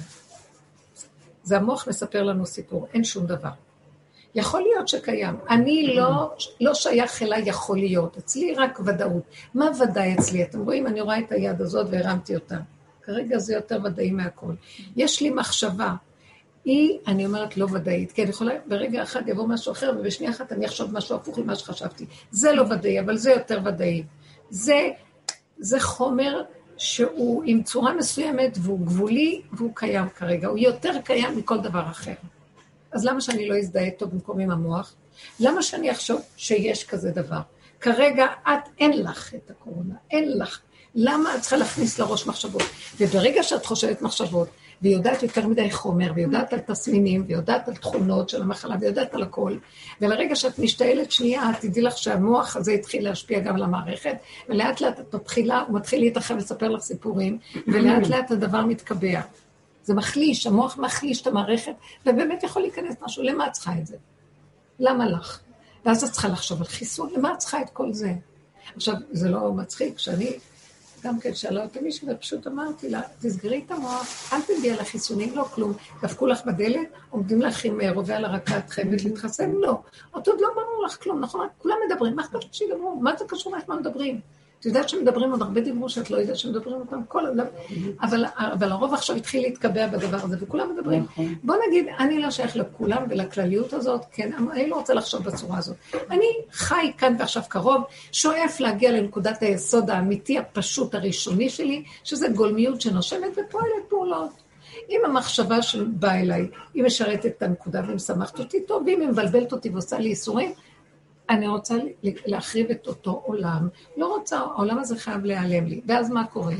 זה המוח מספר לנו סיפור, אין שום דבר. יכול להיות שקיים. אני לא, לא שייך אליי יכול להיות. אצלי רק ודאות. מה ודאי אצלי? אתם רואים, אני רואה את היד הזאת והרמתי אותה. כרגע זה יותר ודאי מהכל. יש לי מחשבה. היא, אני אומרת, לא ודאית. כי אני יכולה, ברגע אחד יבוא משהו אחר, ובשנייה אחת אני אחשוב משהו הפוך למה שחשבתי. זה לא ודאי, אבל זה יותר ודאי. זה, זה חומר שהוא עם צורה מסוימת, והוא גבולי, והוא קיים כרגע. הוא יותר קיים מכל דבר אחר. אז למה שאני לא אזדהה טוב במקום עם המוח? למה שאני אחשוב שיש כזה דבר? כרגע את אין לך את הקורונה, אין לך. למה את צריכה להכניס לראש מחשבות? וברגע שאת חושבת מחשבות, ויודעת יותר מדי חומר, ויודעת על תסמינים, ויודעת על תכונות של המחלה, ויודעת על הכל, ולרגע שאת משתעלת שנייה, תדעי לך שהמוח הזה התחיל להשפיע גם על המערכת, ולאט לאט את מתחילה, הוא מתחיל להתרחב ולספר לך סיפורים, ולאט לאט הדבר מתקבע. זה מחליש, המוח מחליש את המערכת, ובאמת יכול להיכנס משהו. למה את צריכה את זה? למה לך? ואז את צריכה לחשוב על חיסון, למה את צריכה את כל זה? עכשיו, זה לא מצחיק, שאני גם כן שאלה אותי מישהו, ופשוט אמרתי לה, תסגרי את המוח, אל תביאי על החיסונים, לא כלום, דפקו לך בדלת, עומדים לך עם רובה על הרקה, את חייבת להתחסן, לא. עוד לא ברור לך כלום, נכון? כולם מדברים, מה אכפת שידברו? מה זה קשור לך מה מדברים? את יודעת שמדברים עוד הרבה דיברו שאת לא יודעת שמדברים אותם כל אדם, אבל, אבל הרוב עכשיו התחיל להתקבע בדבר הזה, וכולם מדברים. בוא נגיד, אני לא שייך לכולם ולכלליות הזאת, כן, אני לא רוצה לחשוב בצורה הזאת. אני חי כאן ועכשיו קרוב, שואף להגיע לנקודת היסוד האמיתי, הפשוט הראשוני שלי, שזה גולמיות שנושמת ופועלת פעולות. אם המחשבה שבאה אליי, היא משרתת את הנקודה והיא משמחת אותי טוב, ואם היא מבלבלת אותי ועושה לי איסורים, אני רוצה להחריב את אותו עולם, לא רוצה, העולם הזה חייב להיעלם לי. ואז מה קורה?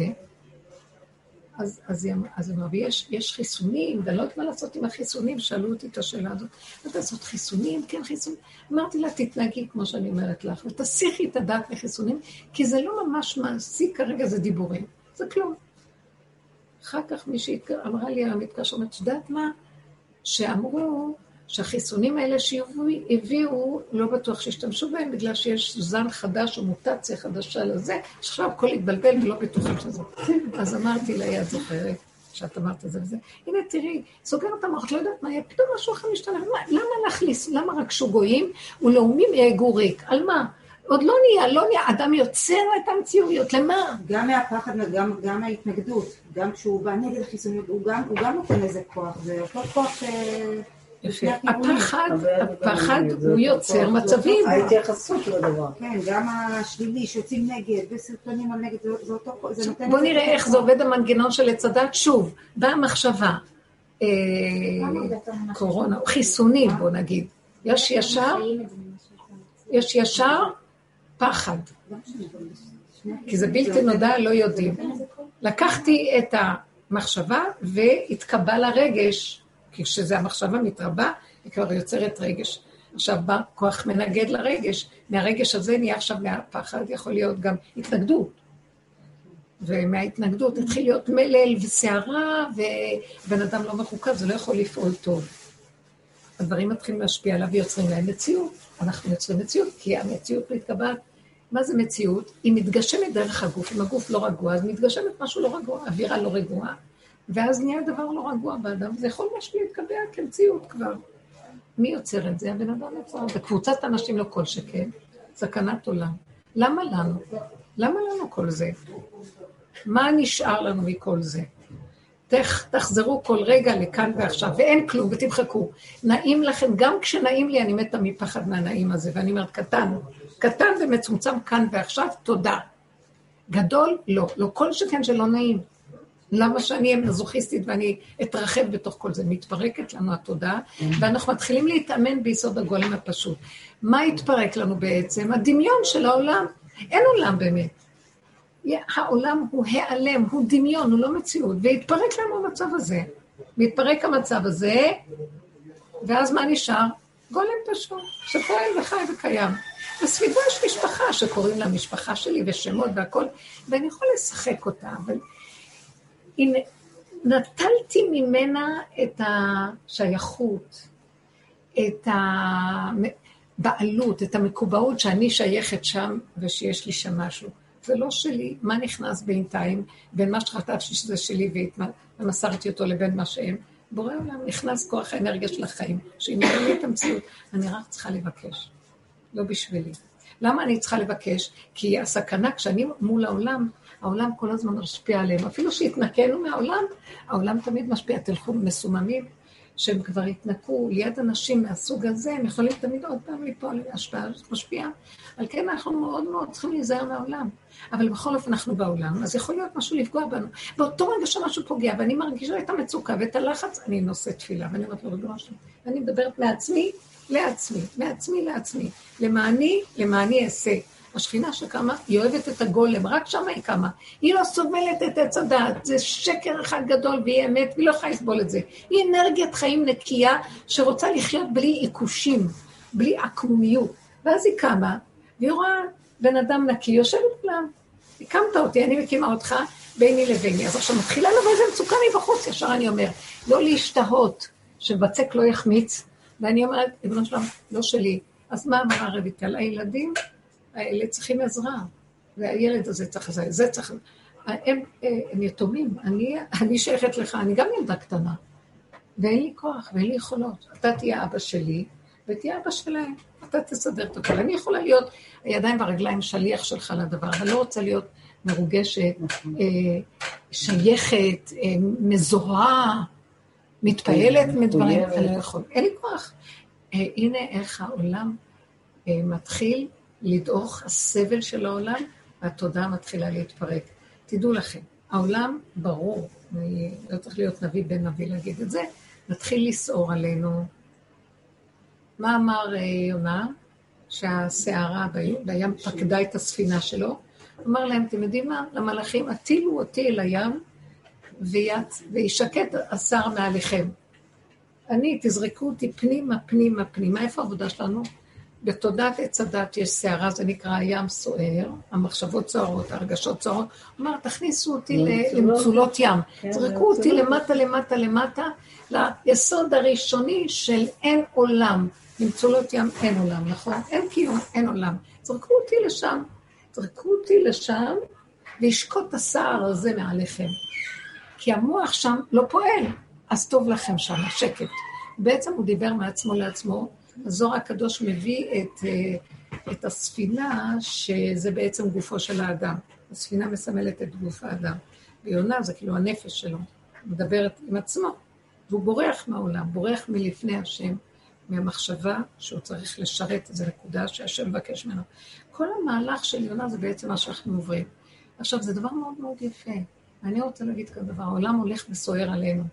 אז, אז, אז אמר, ויש, יש חיסונים, ואני לא יודעת מה לעשות עם החיסונים, שאלו אותי את השאלה הזאת, אתה לעשות חיסונים? כן, חיסונים. אמרתי לה, תתנהגי כמו שאני אומרת לך, ותסיכי את הדעת מחיסונים, כי זה לא ממש מעשי כרגע, זה דיבורים, זה כלום. אחר כך מישהי אמרה לי, המתקשר, אומרת, שדעת מה? שאמרו, שהחיסונים האלה שהביאו, לא בטוח שהשתמשו בהם, בגלל שיש זן חדש או מוטציה חדשה לזה, שעכשיו הכל התבלבל ולא בטוחים שזה. אז אמרתי לה, את זוכרת, שאת אמרת את זה וזה, הנה תראי, סוגרת המוח, לא יודעת מה היה, פתאום משהו אחר משתנה, למה להכניס, למה רק שוגויים ולאומים יהגו ריק, על מה? עוד לא נהיה, לא נהיה, אדם יוצר את המציאויות, למה? גם מהפחד, גם, גם מההתנגדות, גם כשהוא בא נגד החיסונים, הוא גם, הוא גם נותן איזה כוח, זה אותו כוח ש... הפחד, הפחד הוא יוצר מצבים. ההתייחסות לדבר. כן, גם השלילי שיוצאים נגד, וסרטונים על נגד, זה אותו... בוא נראה איך זה עובד המנגנון של הצדת. שוב, באה מחשבה, קורונה, חיסונים בוא נגיד. יש ישר, יש ישר פחד. כי זה בלתי נודע, לא יודעים. לקחתי את המחשבה והתקבע לרגש, כי כשזה המחשבה מתרבה, היא כבר יוצרת רגש. עכשיו בא כוח מנגד לרגש, מהרגש הזה נהיה עכשיו מהפחד, יכול להיות גם התנגדות. ומההתנגדות התחיל להיות מלל וסערה, ובן אדם לא מחוקב, זה לא יכול לפעול טוב. הדברים מתחילים להשפיע עליו ויוצרים להם מציאות. אנחנו יוצרים מציאות, כי המציאות מתקבעת. מה זה מציאות? היא מתגשמת דרך הגוף. אם הגוף לא רגוע, אז מתגשמת משהו לא רגוע, אווירה לא רגועה. ואז נהיה דבר לא רגוע באדם, וזה יכול משהו להתקבע כמציאות כבר. מי יוצר את זה? הבן אדם יוצר. בקבוצת אנשים לא כל שכן, סכנת עולם. למה לנו? למה לנו כל זה? מה נשאר לנו מכל זה? תח, תחזרו כל רגע לכאן ועכשיו, ואין כלום, ותמחקו. נעים לכם, גם כשנעים לי, אני מתה מפחד מהנעים הזה, ואני אומרת, קטן, קטן ומצומצם כאן ועכשיו, תודה. גדול, לא. לא כל שכן שלא נעים. למה שאני אהיה מזוכיסטית ואני אתרחב בתוך כל זה? מתפרקת לנו התודעה, ואנחנו מתחילים להתאמן ביסוד הגולם הפשוט. מה התפרק לנו בעצם? הדמיון של העולם. אין עולם באמת. העולם הוא העלם, הוא דמיון, הוא לא מציאות, והתפרק לנו המצב הזה. מתפרק המצב הזה, ואז מה נשאר? גולם פשוט, שפועל וחי וקיים. בסביבה יש משפחה שקוראים לה משפחה שלי ושמות והכל, ואני יכול לשחק אותה, אבל הנה, נטלתי ממנה את השייכות, את הבעלות, את המקובעות שאני שייכת שם ושיש לי שם משהו. זה לא שלי, מה נכנס בינתיים בין מה שחטאתי שזה שלי ומסרתי אותו לבין מה שהם. בורא עולם נכנס כוח האנרגיה של החיים, שהיא מראה את המציאות, אני רק צריכה לבקש, לא בשבילי. למה אני צריכה לבקש? כי הסכנה, כשאני מול העולם, העולם כל הזמן משפיע עליהם. אפילו שהתנקנו מהעולם, העולם תמיד משפיע. תלכו מסוממים, שהם כבר התנקו ליד אנשים מהסוג הזה, הם יכולים תמיד עוד פעם ליפול להשפעה משפיעה. על כן אנחנו מאוד מאוד צריכים להיזהר מהעולם. אבל בכל אופן אנחנו בעולם, אז יכול להיות משהו לפגוע בנו. באותו רגע שמשהו פוגע, ואני מרגישה את המצוקה ואת הלחץ, אני נושא תפילה, ואני אומרת לו, ריבונו שלום, ואני מדברת מעצמי לעצמי, מעצמי לעצמי, למעני, למעני אעשה. השכינה שקמה, היא אוהבת את הגולם, רק שם היא קמה. היא לא סובלת את עץ הדעת, זה שקר אחד גדול, והיא אמת, והיא לא יכולה לסבול את זה. היא אנרגיית חיים נקייה, שרוצה לחיות בלי עיקושים, בלי עקמומיות. ואז היא קמה, והיא רואה בן אדם נקי, יושבת כולם. הקמת אותי, אני מקימה אותך, ביני לביני. אז עכשיו מתחילה לבוא איזה מצוקה מבחוץ, ישר אני אומר, לא להשתהות, שבצק לא יחמיץ, ואני אומרת, אבנו שלום, לא שלי. אז מה אמרה רויטל? הילדים האלה צריכים עזרה, והילד הזה צריך עזרה, זה צריך... הם, הם יתומים, אני, אני שייכת לך, אני גם ילדה קטנה, ואין לי כוח, ואין לי יכולות. אתה תהיה אבא שלי, ותהיה אבא שלהם, אתה תסדר את הכל. אני יכולה להיות הידיים והרגליים שליח שלך לדבר, אבל לא רוצה להיות מרוגשת, שייכת, מזוהה, מתפעלת מדברים, אני לא יכול. אין לי כוח. הנה איך העולם מתחיל לדעוך, הסבל של העולם, והתודעה מתחילה להתפרק. תדעו לכם, העולם ברור, לא צריך להיות נביא בן נביא להגיד את זה, נתחיל לסעור עלינו. מה אמר יונה? שהשערה בים פקדה את הספינה שלו, אמר להם, אתם יודעים מה? למלאכים, הטילו אותי אל הים, וישקט השר מעליכם. אני, תזרקו אותי פנימה, פנימה, פנימה. איפה העבודה שלנו? בתודעת עץ הדת יש שערה, זה נקרא הים סוער, המחשבות סוערות, הרגשות סוערות. הוא אומר, תכניסו אותי למצולות ים. תזרקו אותי למטה, למטה, למטה, ליסוד הראשוני של אין עולם. למצולות ים אין עולם, נכון? אין קיום, אין עולם. תזרקו אותי לשם, תזרקו אותי לשם, וישקוט השער הזה מעליכם. כי המוח שם לא פועל, אז טוב לכם שם, שקט. בעצם הוא דיבר מעצמו לעצמו, הזוהר הקדוש מביא את, את הספינה, שזה בעצם גופו של האדם. הספינה מסמלת את גוף האדם. ויונה זה כאילו הנפש שלו, מדברת עם עצמו, והוא בורח מהעולם, בורח מלפני השם, מהמחשבה שהוא צריך לשרת איזו נקודה שהשם מבקש ממנו. כל המהלך של יונה זה בעצם מה שאנחנו עוברים. עכשיו, זה דבר מאוד מאוד יפה. אני רוצה להגיד כאן דבר, העולם הולך וסוער עלינו.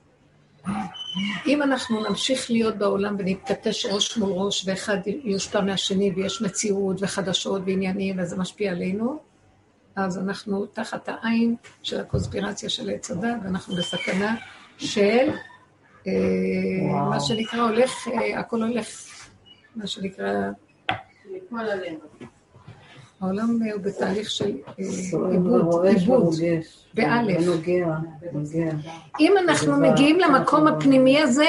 אם אנחנו נמשיך להיות בעולם ונתקטש ראש מול ראש, ואחד יושפע מהשני, ויש מציאות וחדשות ועניינים, וזה משפיע עלינו, אז אנחנו תחת העין של הקונספירציה של עץ הדת, ואנחנו בסכנה של אה, מה שנקרא הולך, אה, הכל הולך, מה שנקרא... מכל עלינו. העולם הוא בתהליך של עיבוד, עיבוד, באלף. אם אנחנו מגיעים למקום הפנימי הזה,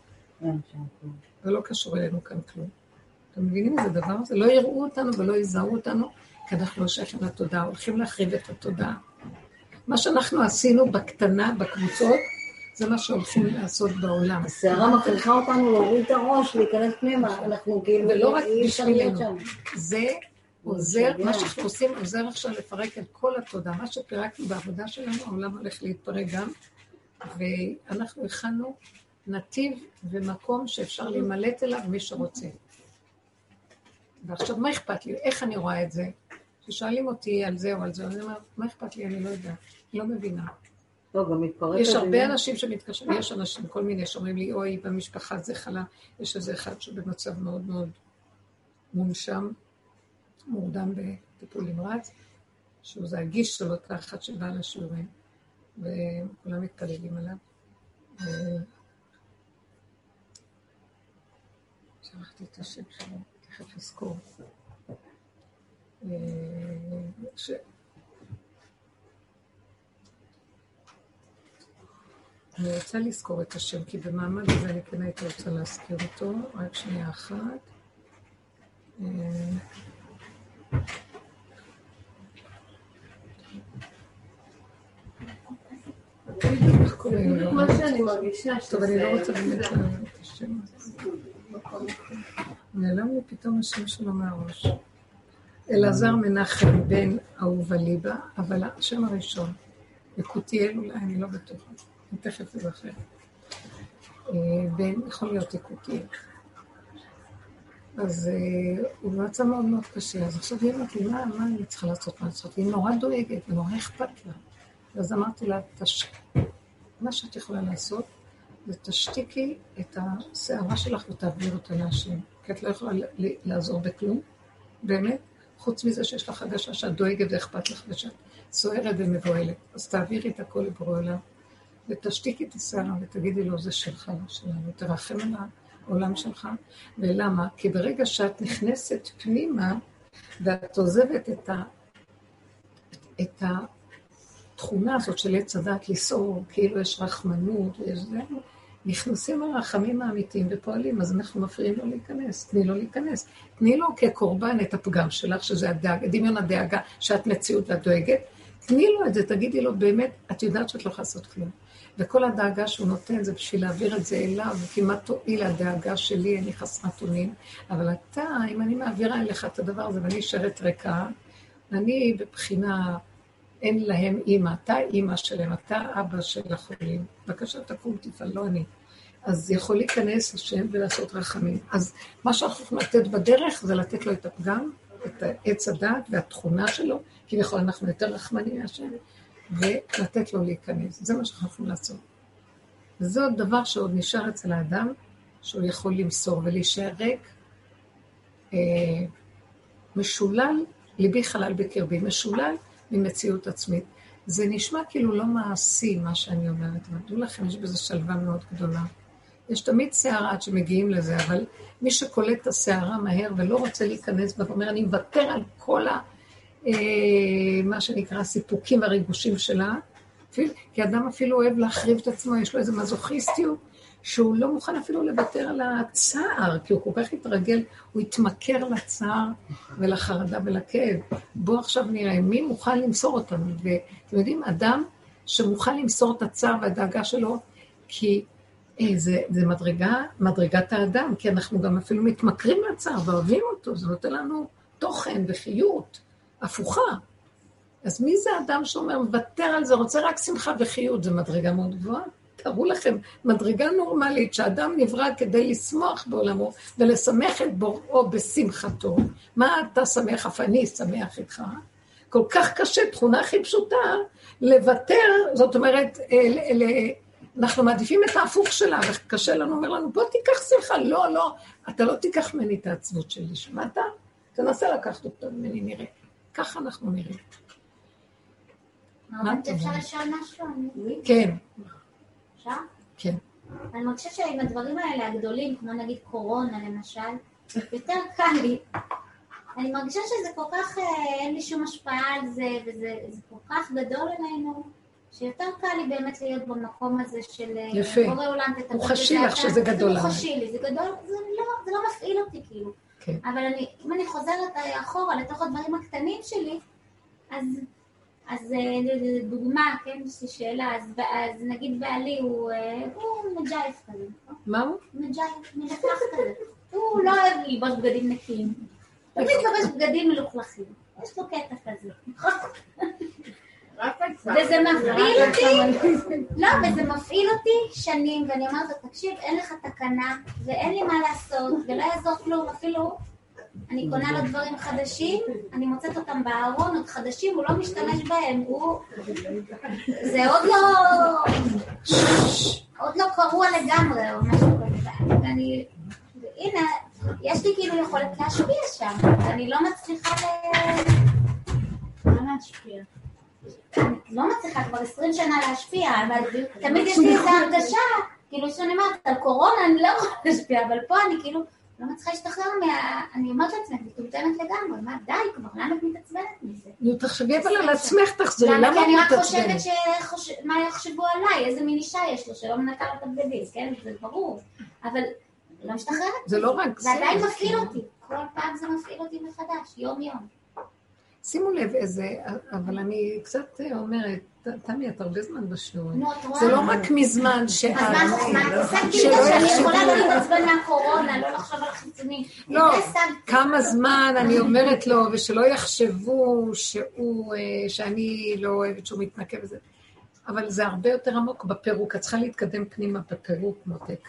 זה לא קשור אלינו כאן כלום. אתם מבינים איזה דבר? זה לא יראו אותנו ולא יזהרו אותנו, כי אנחנו לא שייכים לתודעה, הולכים להחריב את התודעה. מה שאנחנו עשינו בקטנה, בקבוצות, זה מה שהולכים לעשות בעולם. השערה מכריחה אותנו להוריד את הראש, להיכנס פנימה, אנחנו כאילו... ולא רק בשבילנו. זה... עוזר, מה שאנחנו עושים עוזר עכשיו לפרק את כל התודעה. מה שפירקנו בעבודה שלנו, העולם הולך להתפרק גם, ואנחנו הכנו נתיב ומקום שאפשר להימלט אליו מי שרוצה. ועכשיו, מה אכפת לי? איך אני רואה את זה? כששואלים אותי על זה או על זה, אני אומרת, מה אכפת לי? אני לא יודעת, לא מבינה. לא, גם מתפרק. יש הרבה אנשים שמתקשרים, יש אנשים, כל מיני שאומרים לי, אוי, במשפחה זה חלה, יש איזה אחד שבמצב מאוד מאוד מונשם, מורדם בטיפול נמרץ, שהוא זה הגיש שלו תחת שבא לשיעורים, וכולם מתפללים עליו. שכחתי את השם שלו, תכף לזכור. ש... אני רוצה לזכור את השם, כי במעמד הזה אני כן הייתי רוצה להזכיר אותו, רק שנייה אחת. בדיוק מה שאני מרגישה שזה... טוב, אני לא רוצה באמת להגיד את השם הזה. נעלם לי פתאום השם שלו מהראש. אלעזר מנחם בן אהובה ליבה, אבל השם הראשון, יקותיאל אולי, אני לא בטוחה. אני תכף אזכר. בן, יכול להיות יקותיאל. אז הוא מצא מאוד מאוד קשה. אז עכשיו היא אמרת לי, מה אני צריכה לעשות? מה לעשות? היא נורא דואגת, ונורא אכפת לה. אז אמרתי לה, מה שאת יכולה לעשות, זה תשתיקי את השערה שלך ותעביר אותה להשם. כי את לא יכולה לעזור בכלום, באמת, חוץ מזה שיש לך הרגשה שאת דואגת ואכפת לך ושאת סוערת ומבועלת. אז תעבירי את הכל לבורא עולם, ותשתיקי את השערה ותגידי לו, זה שלך, לא שלנו, תרחם על העולם שלך. ולמה? כי ברגע שאת נכנסת פנימה, ואת עוזבת את ה... את ה... התכונה הזאת של עץ הדת לסעור, כאילו יש רחמנות ויש זה, נכנסים הרחמים האמיתיים ופועלים, אז אנחנו מפריעים לו להיכנס, תני לו להיכנס. תני לו כקורבן את הפגם שלך, שזה הדאגה, דמיון הדאגה, שאת מציאות ואת דואגת, תני לו את זה, תגידי לו באמת, את יודעת שאת לא יכולה לעשות כלום. וכל הדאגה שהוא נותן זה בשביל להעביר את זה אליו, כמעט תועיל הדאגה שלי, אני חסרת אונים, אבל אתה, אם אני מעבירה אליך את הדבר הזה ואני אשארת ריקה, אני בבחינה... אין להם אימא, אתה אימא שלהם, אתה אבא של החולים. בבקשה, תקום, תפעל, לא אני. אז יכול להיכנס השם ולעשות רחמים. אז מה שאנחנו יכולים לתת בדרך זה לתת לו את הפגם, את עץ הדעת והתכונה שלו, כי יכול אנחנו יותר רחמנים מהשם, ולתת לו להיכנס. זה מה שאנחנו יכולים לעשות. וזה עוד דבר שעוד נשאר אצל האדם, שהוא יכול למסור ולהישאר ריק, אה, משולל, ליבי חלל בקרבי, משולל, ממציאות עצמית. זה נשמע כאילו לא מעשי, מה שאני אומרת, אבל דעו לכם, יש בזה שלווה מאוד גדולה. יש תמיד שערה עד שמגיעים לזה, אבל מי שקולט את השערה מהר ולא רוצה להיכנס, ואומר, אני מוותר על כל ה... אה, מה שנקרא, הסיפוקים והריגושים שלה, אפילו, כי אדם אפילו אוהב להחריב את עצמו, יש לו איזה מזוכיסטיות, שהוא לא מוכן אפילו לוותר על הצער, כי הוא כל כך התרגל, הוא התמכר לצער ולחרדה ולכאב. בואו עכשיו נראה, מי מוכן למסור אותנו? ואתם יודעים, אדם שמוכן למסור את הצער והדאגה שלו, כי אה, זה, זה מדרגה, מדרגת האדם, כי אנחנו גם אפילו מתמכרים לצער ואוהבים אותו, זה נותן לנו תוכן וחיות, הפוכה. אז מי זה האדם שאומר, מוותר על זה, רוצה רק שמחה וחיות, זה מדרגה מאוד גבוהה. תראו לכם, מדרגה נורמלית שאדם נברא כדי לשמוח בעולמו ולשמח את בוראו בשמחתו. מה אתה שמח, אף אני שמח איתך? כל כך קשה, תכונה הכי פשוטה, לוותר, זאת אומרת, אל, אל, אנחנו מעדיפים את ההפוך שלה, וקשה לנו, אומר לנו, בוא תיקח שמחה, לא, לא, אתה לא תיקח ממני את העצבות שלי, שמעת? תנסה לקחת אותה ממני, נראה. ככה אנחנו נראה. מה אתה אפשר לשאול משהו? כן. אפשר? כן. אני מרגישה שעם הדברים האלה הגדולים, כמו נגיד קורונה למשל, יותר קל לי. אני מרגישה שזה כל כך, אין לי שום השפעה על זה, וזה כל כך גדול עלינו, שיותר קל לי באמת להיות במקום הזה של... יפה. הוא חשי לך שזה גדול. זה לא חשי לי, זה גדול, זה לא, זה לא מפעיל אותי כאילו. כן. אבל אני, אם אני חוזרת אחורה לתוך הדברים הקטנים שלי, אז... אז דוגמה, כן, יש לי שאלה, אז, אז נגיד בעלי הוא, הוא מג'ייף כזה. מה הוא? מג'ייף, מלכלך כזה. הוא לא אוהב ללבוש בגדים נקיים. תמיד לובש בגדים מלוכלכים. יש לו קטע כזה. וזה מפעיל אותי, לא, וזה מפעיל אותי שנים, ואני אומרת לו, תקשיב, אין לך תקנה, ואין לי מה לעשות, ולא יעזור כלום, אפילו אני קונה לו דברים חדשים, אני מוצאת אותם בארון, עוד חדשים, הוא לא משתמש בהם, הוא... זה עוד לא... עוד לא קרוע לגמרי, או משהו כזה. ואני... הנה, יש לי כאילו יכולת להשפיע שם, ואני לא מצליחה ל... מה להשפיע? אני לא מצליחה כבר עשרים שנה להשפיע, אבל תמיד יש לי איזו הרגשה, כאילו שאני אומרת, על קורונה אני לא יכולה להשפיע, אבל פה אני כאילו לא מצליחה להשתחרר מה... אני אומרת לעצמך, אני מטומטמת לגמרי, מה, די, כבר למה את מתעצבנת מזה? נו, תחשבי אבל על עצמך, תחזרי, למה? למה כי אני רק את חושבת מתעצבנת? מה יחשבו עליי, איזה מין אישה יש לו, שלא מנקה לו את הבגדים, כן? זה ברור, אבל לא משתחררת. זה לא רק זה. זה עדיין מפעיל אותי, כל פעם זה מפעיל אותי מחדש, יום יום. שימו לב איזה, אבל אני קצת אומרת, תמי, את הרבה זמן בשיעור. נו, את רואה? זה לא רק מזמן שאת... אז מה, השגתי את זה שאני יכולה לא להתעצבן מהקורונה, לא לחשוב על החיצונים. לא, כמה זמן אני אומרת לו, ושלא יחשבו שהוא, שאני לא אוהבת שהוא מתנקה בזה. אבל זה הרבה יותר עמוק בפירוק, את צריכה להתקדם פנימה בפירוק, מותק.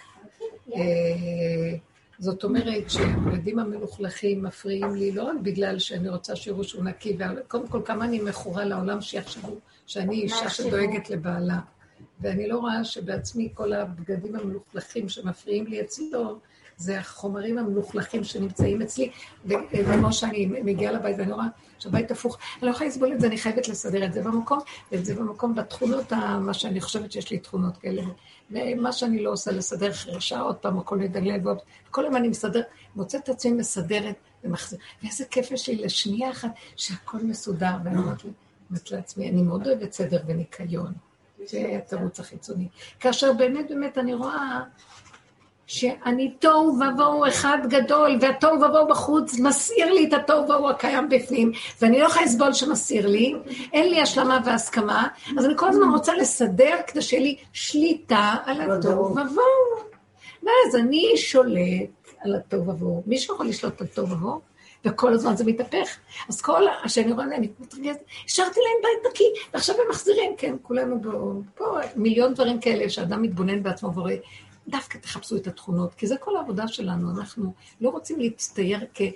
זאת אומרת שהבגדים המלוכלכים מפריעים לי, לא רק בגלל שאני רוצה שיראו שהוא נקי, וקודם כל כמה אני מכורה לעולם שיחשבו שאני אישה שדואגת לבעלה. ואני לא רואה שבעצמי כל הבגדים המלוכלכים שמפריעים לי אצלו, זה החומרים המלוכלכים שנמצאים אצלי, וכמו שאני מגיעה לבית ואני רואה שהבית הפוך, אני לא יכולה לסבול את זה, אני חייבת לסדר את זה במקום, ואת זה במקום בתכונות, מה שאני חושבת שיש לי תכונות כאלה, ומה שאני לא עושה לסדר חרשה, עוד פעם הכל מדלל, וכל יום אני מסדר, מוצאת את עצמי מסדרת ומחזיר, ואיזה כיף יש לי לשנייה אחת שהכל מסודר, ואני אומרת לעצמי, אני מאוד אוהבת סדר וניקיון, זה התירוץ החיצוני, כאשר באמת באמת אני רואה, שאני תוהו ובוהו אחד גדול, והתוהו ובוהו בחוץ מסעיר לי את התוהו ובוהו הקיים בפנים, ואני לא יכולה לסבול שמסעיר לי, אין לי השלמה והסכמה, אז אני כל הזמן רוצה לסדר כדי שיהיה לי שליטה על התוהו ובוהו. ואז אני שולט על התוהו ובוהו. מי שיכול לשלוט על תוהו ובוהו? וכל הזמן זה מתהפך. אז כל שאני רואה, אני מתרגזת, השארתי להם בית נקי, ועכשיו הם מחזירים, כן, כולנו בו, פה מיליון דברים כאלה שאדם מתבונן בעצמו ורואה, דווקא תחפשו את התכונות, כי זה כל העבודה שלנו, אנחנו לא רוצים להצטייר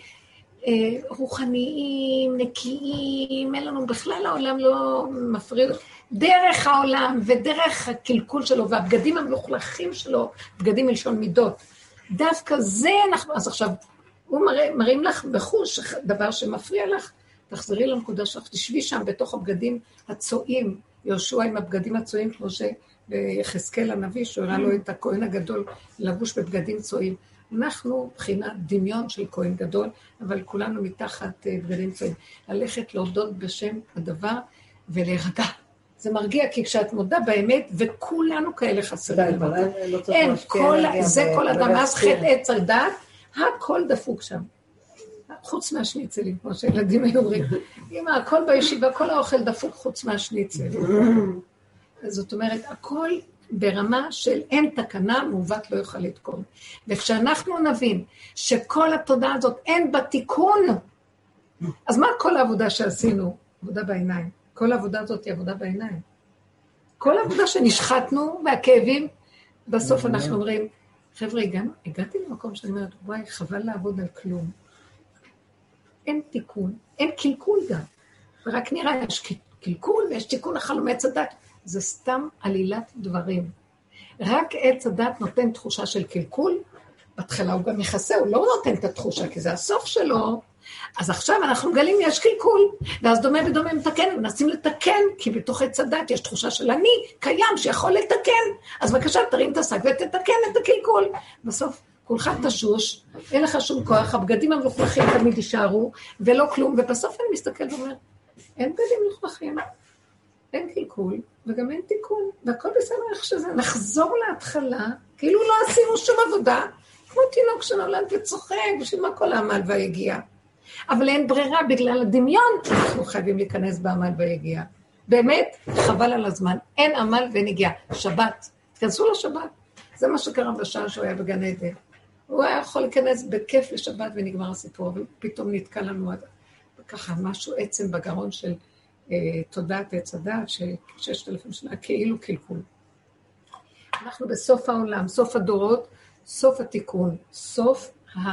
כרוחניים, נקיים, אין לנו בכלל העולם לא מפריע, דרך העולם ודרך הקלקול שלו, והבגדים המלוכלכים שלו, בגדים מלשון מידות, דווקא זה אנחנו, אז עכשיו, הוא מראה, מראים לך בחוש דבר שמפריע לך, תחזרי לנקודה שלך, תשבי שם בתוך הבגדים הצועים, יהושע עם הבגדים הצועים, כמו שיחזקאל הנביא, שהוא הראה לו את הכהן הגדול, לבוש בבגדים צועים. אנחנו בחינת דמיון של כהן גדול, אבל כולנו מתחת בגדים צועים. ללכת להודות בשם הדבר ולהירגע. זה מרגיע, כי כשאת מודה באמת, וכולנו כאלה חסרים. אין, זה כל אדם, אז חטא עץ על דעת, הכל דפוק שם. חוץ מהשניצלים, כמו שהילדים היו אומרים. אמא, הכל בישיבה, כל האוכל דפוק חוץ מהשניצל. זאת אומרת, הכל ברמה של אין תקנה, מעוות לא יוכל לתקון. וכשאנחנו נבין שכל התודעה הזאת אין בה תיקון, אז מה כל העבודה שעשינו? עבודה בעיניים. כל העבודה הזאת היא עבודה בעיניים. כל העבודה שנשחטנו והכאבים, בסוף אנחנו אומרים, חבר'ה, הגעתי למקום שאני אומרת, וואי, חבל לעבוד על כלום. אין תיקון, אין קלקול גם. ורק נראה, יש קלקול ויש תיקון החלומי עץ הדת. זה סתם עלילת דברים. רק עץ הדת נותן תחושה של קלקול, בתחילה הוא גם יחסה, הוא לא נותן את התחושה, כי זה הסוף שלו. אז עכשיו אנחנו מגלים יש קלקול, ואז דומה ודומה מתקן, מנסים לתקן, כי בתוך עץ הדת יש תחושה של אני קיים שיכול לתקן. אז בבקשה תרים את השק ותתקן את הקלקול. בסוף כולך תשוש, אין לך שום כוח, הבגדים המלוכלכים תמיד יישארו, ולא כלום, ובסוף אני מסתכל ואומר, אין בגדים מלוכלכים, אין קלקול, וגם אין תיקון, והכל בסדר איך שזה, נחזור להתחלה, כאילו לא עשינו שום עבודה, כמו תינוק שנולד וצוחק, בשביל מה כל העמל והיגיעה. אבל אין ברירה, בגלל הדמיון, אנחנו חייבים להיכנס בעמל והיגיעה. באמת, חבל על הזמן, אין עמל ונגיעה. שבת, תכנסו לשבת. זה מה שקרה בשעה שהוא היה בגן עדן. הוא היה יכול להיכנס בכיף לשבת ונגמר הסיפור, ופתאום נתקע לנו ככה משהו עצם בגרון של אה, תודעת עץ הדעת, של ששת אלפים שנה, כאילו קלקול. אנחנו בסוף העולם, סוף הדורות, סוף התיקון, סוף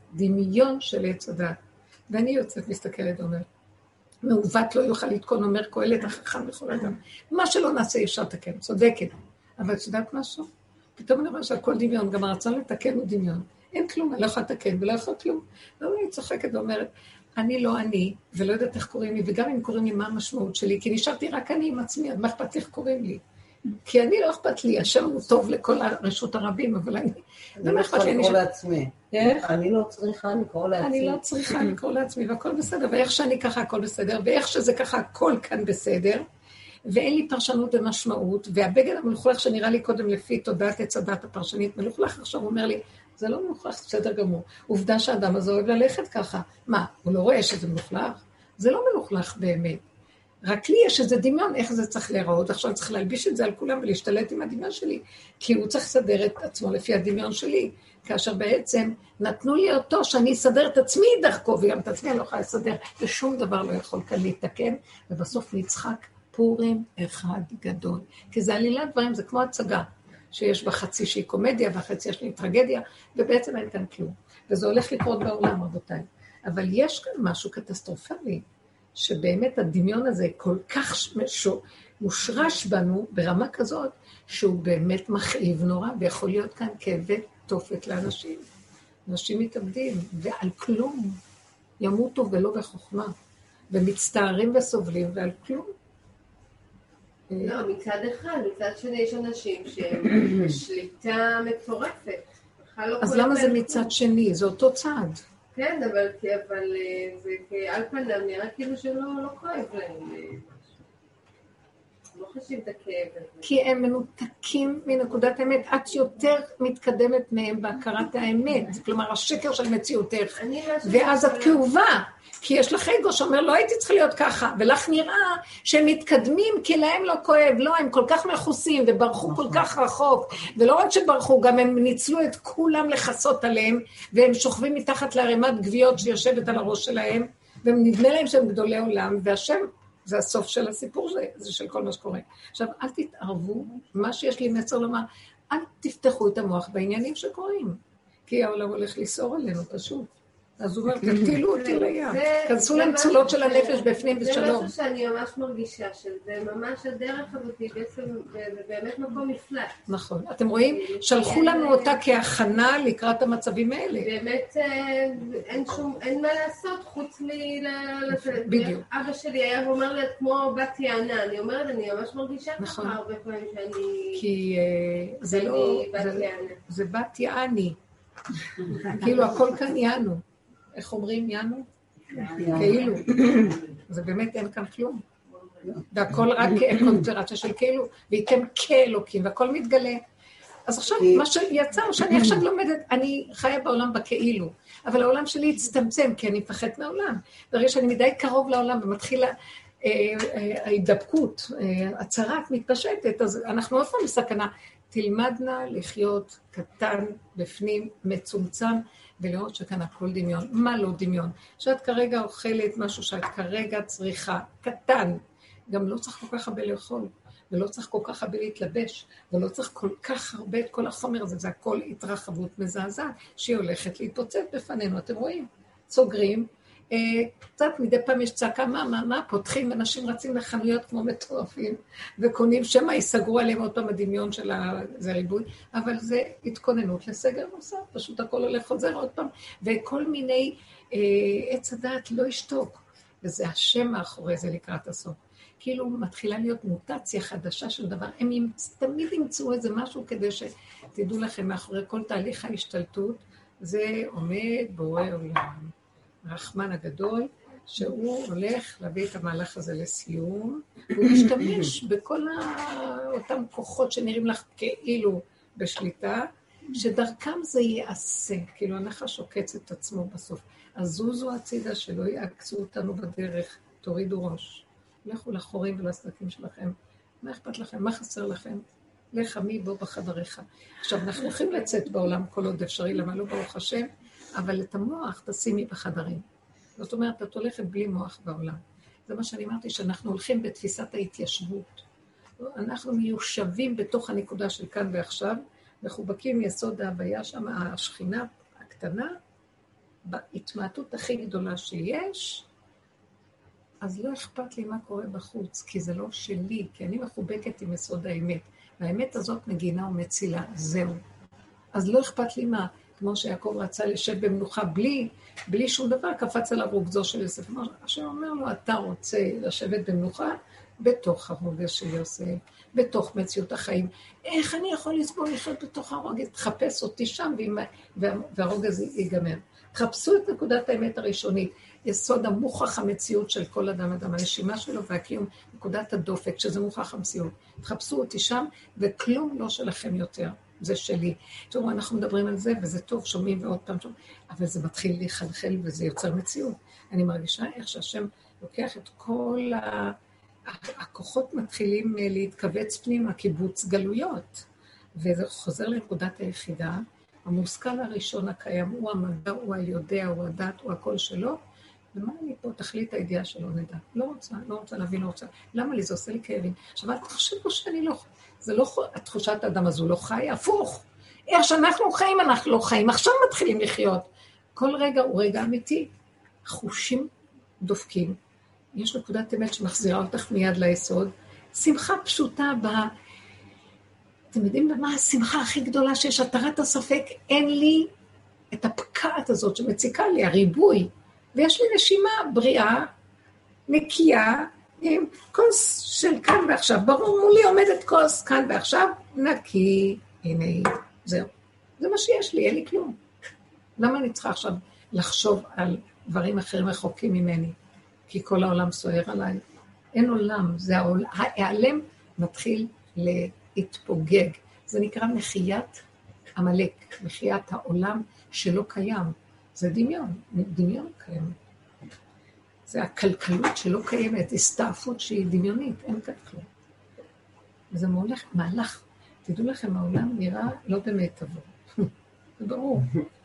דמיון של עץ הדת. ואני יוצאת, מסתכלת, אומרת, מעוות לא יוכל לתקון, אומר קהלת החכם לכל אדם. מה שלא נעשה אי אפשר לתקן, צודקת. אבל את יודעת משהו? פתאום אני אומר שהכל דמיון, גם הרצון לתקן הוא דמיון. אין כלום, אני לא יכולה לתקן ולא יכולה כלום. ואני צוחקת ואומרת, אני לא אני, ולא יודעת איך קוראים לי, וגם אם קוראים לי מה המשמעות שלי, כי נשארתי רק אני עם עצמי, אז מה אכפת לי איך קוראים לי? כי אני לא אכפת לי, השם הוא טוב לכל הרשות הרבים, אבל אני... אני לא צריכה לקרוא לעצמי. אני לא צריכה לקרוא לעצמי. אני לא צריכה לקרוא לעצמי, והכל בסדר, ואיך שאני ככה הכל בסדר, ואיך שזה ככה הכל כאן בסדר, ואין לי פרשנות ומשמעות, והבגד המלוכלך שנראה לי קודם לפי תודעת עץ הדת הפרשנית, מלוכלך עכשיו הוא אומר לי, זה לא מלוכלך, בסדר גמור. עובדה שהאדם הזה אוהב ללכת ככה. מה, הוא לא רואה שזה מלוכלך? זה לא מלוכלך באמת. רק לי יש איזה דמיון, איך זה צריך להיראות. עכשיו צריך להלביש את זה על כולם ולהשתלט עם הדמיון שלי, כי הוא צריך לסדר את עצמו לפי הדמיון שלי, כאשר בעצם נתנו לי אותו שאני אסדר את עצמי דרכו, וגם את עצמי אני לא יכולה לסדר, ושום דבר לא יכול כאן להתקן, ובסוף נצחק פורים אחד גדול. כי זה עלילת דברים, זה כמו הצגה, שיש בה חצי שהיא קומדיה, והחצי השני טרגדיה, ובעצם אין כאן כלום. וזה הולך לקרות בעולם, רבותיי. אבל יש כאן משהו קטסטרופלי, שבאמת הדמיון הזה כל כך מושרש בנו ברמה כזאת, שהוא באמת מכאיב נורא, ויכול להיות כאן כאבי תופת לאנשים. אנשים מתאבדים, ועל כלום ימותו ולא בחוכמה, ומצטערים וסובלים, ועל כלום. לא, מצד אחד, מצד שני יש אנשים שהם בשליטה מטורפת. אז למה זה מצד שני? זה אותו צעד. כן, אבל, אבל זה על פניו נראה כאילו שלא לא כואב להם. לא חשיב את הכאב הזה. כי הם מנותקים מנקודת האמת. את יותר מתקדמת מהם בהכרת האמת. כלומר, השקר של מציאותך. ואז את כאובה. כי יש לך אגו שאומר, לא הייתי צריך להיות ככה. ולך נראה שהם מתקדמים כי להם לא כואב. לא, הם כל כך מחוסים וברחו כל כך רחוק. ולא רק שברחו, גם הם ניצלו את כולם לחסות עליהם, והם שוכבים מתחת לערימת גוויות שיושבת על הראש שלהם, והם נדמה להם שהם גדולי עולם, והשם זה הסוף של הסיפור הזה, זה של כל מה שקורה. עכשיו, אל תתערבו, מה שיש לי מצר לומר, אל תפתחו את המוח בעניינים שקורים, כי העולם הולך לסעור עלינו פשוט. אז הוא אומר, תטילו אותי לים, כנסו למצולות של הנפש בפנים ושלום. זה משהו שאני ממש מרגישה, שזה ממש הדרך הזאת, בעצם באמת מקום מפלט. נכון, אתם רואים? שלחו לנו אותה כהכנה לקראת המצבים האלה. באמת אין מה לעשות חוץ מ... בדיוק. אבא שלי היה אומר לי, כמו בת יענה, אני אומרת, אני ממש מרגישה ככה הרבה פעמים שאני... כי זה לא... זה בת יעני. כאילו הכל כאן יענו. איך אומרים יענו? כאילו. זה באמת אין כאן כלום. והכל רק קונטרציה של כאילו, וייתם כאלוקים, והכל מתגלה. אז עכשיו, מה שיצא, שאני עכשיו לומדת, אני חיה בעולם בכאילו, אבל העולם שלי הצטמצם, כי אני מפחד מהעולם. ברגע שאני מדי קרוב לעולם, ומתחילה ההידבקות, הצרת מתפשטת, אז אנחנו עוד פעם בסכנה. תלמדנה לחיות קטן, בפנים, מצומצם, ולראות שכאן הכל דמיון. מה לא דמיון? שאת כרגע אוכלת משהו שאת כרגע צריכה, קטן. גם לא צריך כל כך הרבה לאכול, ולא צריך כל כך הרבה להתלבש, ולא צריך כל כך הרבה את כל החומר הזה, זה הכל התרחבות מזעזעת, שהיא הולכת להתפוצץ בפנינו, אתם רואים? סוגרים, אה, קצת מדי פעם יש צעקה, מה, מה, מה, פותחים, אנשים רצים לחנויות כמו מטורפים, וקונים שמה, ייסגרו עליהם עוד פעם הדמיון של זה ריבוי, אבל זה התכוננות לסגר נוסף, פשוט הכל הולך חוזר עוד פעם, וכל מיני אה, עץ הדעת לא ישתוק, וזה השם מאחורי זה לקראת הסוף. כאילו מתחילה להיות מוטציה חדשה של דבר, הם ימצ... תמיד ימצאו איזה משהו כדי שתדעו לכם, מאחורי כל תהליך ההשתלטות, זה עומד בורא עולם, רחמן הגדול, שהוא הולך להביא את המהלך הזה לסיום, והוא משתמש בכל אותם כוחות שנראים לך כאילו בשליטה, שדרכם זה יעשה, כאילו הנחש עוקץ את עצמו בסוף. אז זוזו הצידה שלא יעקצו אותנו בדרך, תורידו ראש. לכו לחורים ולסדקים שלכם. מה אכפת לכם? מה חסר לכם? לך מי בו בחדריך. עכשיו, אנחנו הולכים לצאת בעולם כל עוד אפשרי, למה לא ברוך השם, אבל את המוח תשימי בחדרים. זאת אומרת, את הולכת בלי מוח בעולם. זה מה שאני אמרתי, שאנחנו הולכים בתפיסת ההתיישבות. אנחנו מיושבים בתוך הנקודה של כאן ועכשיו, מחובקים יסוד ההוויה שם, השכינה הקטנה, בהתמעטות הכי גדולה שיש, אז לא אכפת לי מה קורה בחוץ, כי זה לא שלי, כי אני מחובקת עם יסוד האמת. והאמת הזאת מגינה ומצילה, זהו. אז לא אכפת לי מה, כמו שיעקב רצה לשב במנוחה בלי, בלי שום דבר, קפץ על הרוגזו של יוסף. השם אומר לו, אתה רוצה לשבת במנוחה בתוך הרוגז של יוסף, בתוך מציאות החיים. איך אני יכול לסבול לחיות בתוך הרוגז? תחפש אותי שם והרוגז ייגמר. תחפשו את נקודת האמת הראשונית, יסוד המוכח המציאות של כל אדם אדם, הנשימה שלו והקיום, נקודת הדופק, שזה מוכח המציאות. תחפשו אותי שם, וכלום לא שלכם יותר, זה שלי. תראו, אנחנו מדברים על זה, וזה טוב, שומעים ועוד פעם שומעים, אבל זה מתחיל להיחלחל, וזה יוצר מציאות. אני מרגישה איך שהשם לוקח את כל ה... הכוחות מתחילים להתכווץ פנימה, קיבוץ גלויות, וזה חוזר לנקודת היחידה, המושכל הראשון הקיים, הוא המדע, הוא היודע, הוא הדת, הוא הכל שלו, ומה אני פה? תחליט הידיעה שלא נדע. לא רוצה, לא רוצה להבין, לא רוצה. למה לי? זה עושה לי כאבים. עכשיו, את חושבת שאני לא... זה לא... התחושת האדם הזו לא חי, הפוך. איך שאנחנו חיים, אנחנו לא חיים. עכשיו מתחילים לחיות. כל רגע הוא רגע אמיתי. חושים דופקים. יש נקודת אמת שמחזירה אותך מיד ליסוד. שמחה פשוטה ב... אתם יודעים במה השמחה הכי גדולה שיש? התרת הספק, אין לי את הפקעת הזאת שמציקה לי, הריבוי. ויש לי נשימה בריאה, נקייה, עם כוס של כאן ועכשיו. ברור, מולי עומדת כוס כאן ועכשיו, נקי, הנה היא, זהו. זה מה שיש לי, אין לי כלום. למה אני צריכה עכשיו לחשוב על דברים אחרים רחוקים ממני? כי כל העולם סוער עליי. אין עולם, זה העולם. העלם מתחיל להתפוגג. זה נקרא מחיית המלאק, מחיית העולם שלא קיים. זה דמיון, דמיון קיים. זה הכלכלות שלא קיימת, הסתעפות שהיא דמיונית, אין כאן כלום. וזה מולך, מהלך. תדעו לכם, העולם נראה לא באמת טוב. זה ברור.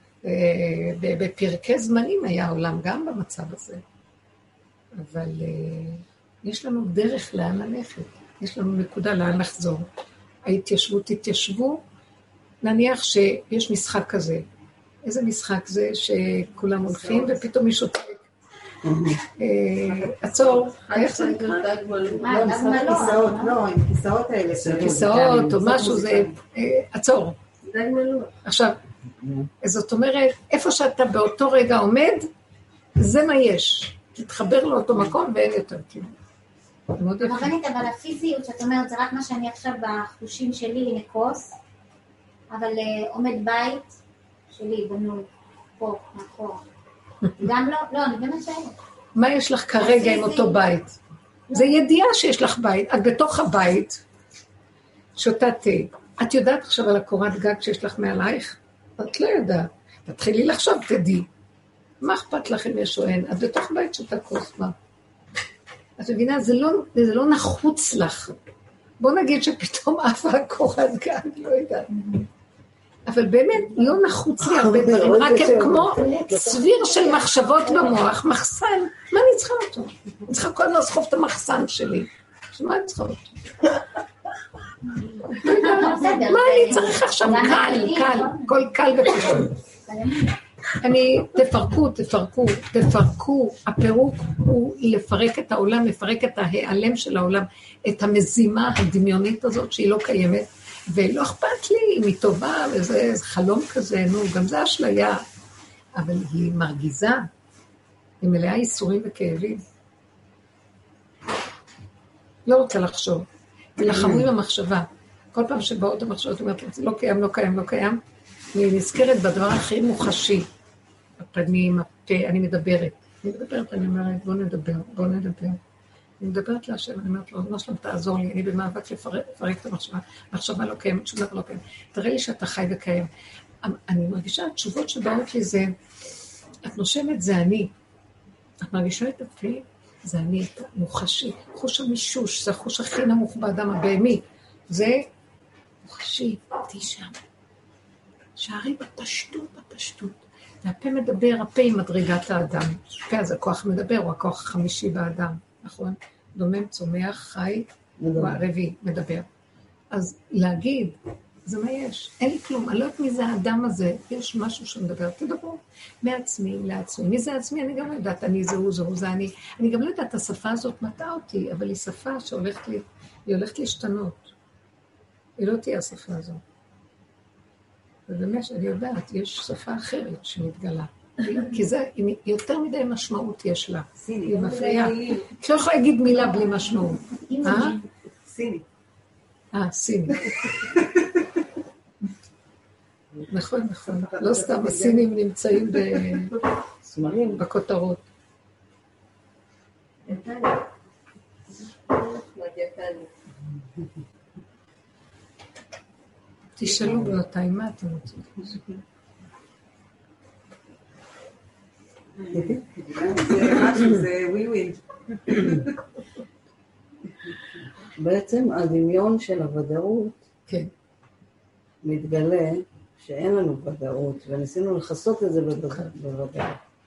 בפרקי זמנים היה העולם גם במצב הזה. אבל יש לנו דרך לאן ללכת. יש לנו נקודה לאן לחזור. ההתיישבות תתיישבו, נניח שיש משחק כזה. איזה משחק זה שכולם הולכים ופתאום מישהו תק. עצור, איך זה נקרא? לא, משחק כיסאות, לא, עם כיסאות האלה. כיסאות או משהו זה, עצור. עכשיו, זאת אומרת, איפה שאתה באותו רגע עומד, זה מה יש. תתחבר לאותו מקום ואין יותר כאילו. הרבנית, אבל הפיזיות שאת אומרת, זה רק מה שאני עכשיו בחושים שלי לנקוס, אבל עומד בית שלי בנוי, פה, מאחור. גם לא, לא, אני באמת שואלת. מה יש לך כרגע עם אותו בית? זה ידיעה שיש לך בית. את בתוך הבית, שותה תה. את יודעת עכשיו על הקורת גג שיש לך מעלייך? את לא יודעת. תתחילי לחשוב, תדעי. מה אכפת לך אם יש או אין? את בתוך בית שותה כוס, מה? את מבינה, זה לא, זה לא נחוץ לך. בוא נגיד שפתאום אף הקורת גג, לא יודעת. אבל באמת לא נחוץ לי הרבה דברים, רק הם כמו צביר של מחשבות במוח, מחסן, מה אני צריכה אותו? אני צריכה כל הזמן לסחוב את המחסן שלי. מה אני צריכה אותו? מה אני צריך עכשיו? קל, קל, כל קל ופשוט. אני, תפרקו, תפרקו, תפרקו. הפירוק הוא לפרק את העולם, לפרק את ההיעלם של העולם, את המזימה הדמיונית הזאת שהיא לא קיימת, ולא אכפת לי אם היא טובה, וזה חלום כזה, נו, גם זה אשליה, אבל היא מרגיזה, היא מלאה ייסורים וכאבים. לא רוצה לחשוב, ולחמו עם המחשבה. כל פעם שבאות המחשבות, אומרת, לא קיים, לא קיים, לא קיים, אני נזכרת בדבר הכי מוחשי, הפנים, הפה, אני מדברת. אני מדברת, אני אומרת, בוא נדבר, בוא נדבר. אני מדברת להשם, אני אומרת לו, לא שלום, תעזור לי, אני במאבק לפרק את המחשבה, המחשבה לא קיימת, שום דבר לא קיימת. תראה לי שאתה חי וקיים. אני מרגישה, התשובות שבאות לי זה, את נושמת, זה אני. את מרגישה את הפה, זה אני, את המוחשי. חוש המישוש, זה החוש הכי נמוך באדם הבהמי. זה מוחשי, תהי שם. שערי בפשטות, בפשטות. והפה מדבר, הפה היא מדרגת האדם. הפה הזה הכוח מדבר, הוא הכוח החמישי באדם. נכון? דומם, צומח, חי, הוא הרביעי, מדבר. אז להגיד, זה מה יש. אין לי כלום, אני לא יודעת מי זה האדם הזה, יש משהו שמדבר, תדברו מעצמי לעצמי. מי זה עצמי? אני גם לא יודעת, אני זהו, זהו, זה אני. אני גם לא יודעת, השפה הזאת מטעה אותי, אבל היא שפה שהולכת לי, היא הולכת להשתנות. היא לא תהיה השפה הזאת. ובאמת, אני יודעת, יש שפה אחרת שמתגלה. כי זה, יותר מדי משמעות יש לה. היא מפריעה. כי לא יכולה להגיד מילה בלי משמעות. אה? סיני. אה, סיני. נכון, נכון. לא סתם, הסינים נמצאים בכותרות. תשאלו באותיי, מה אתם רוצים? זה משהו, זה ווי ווי. בעצם הדמיון של הוודאות כן. מתגלה שאין לנו ודאות, וניסינו לחסות את זה בוודאות.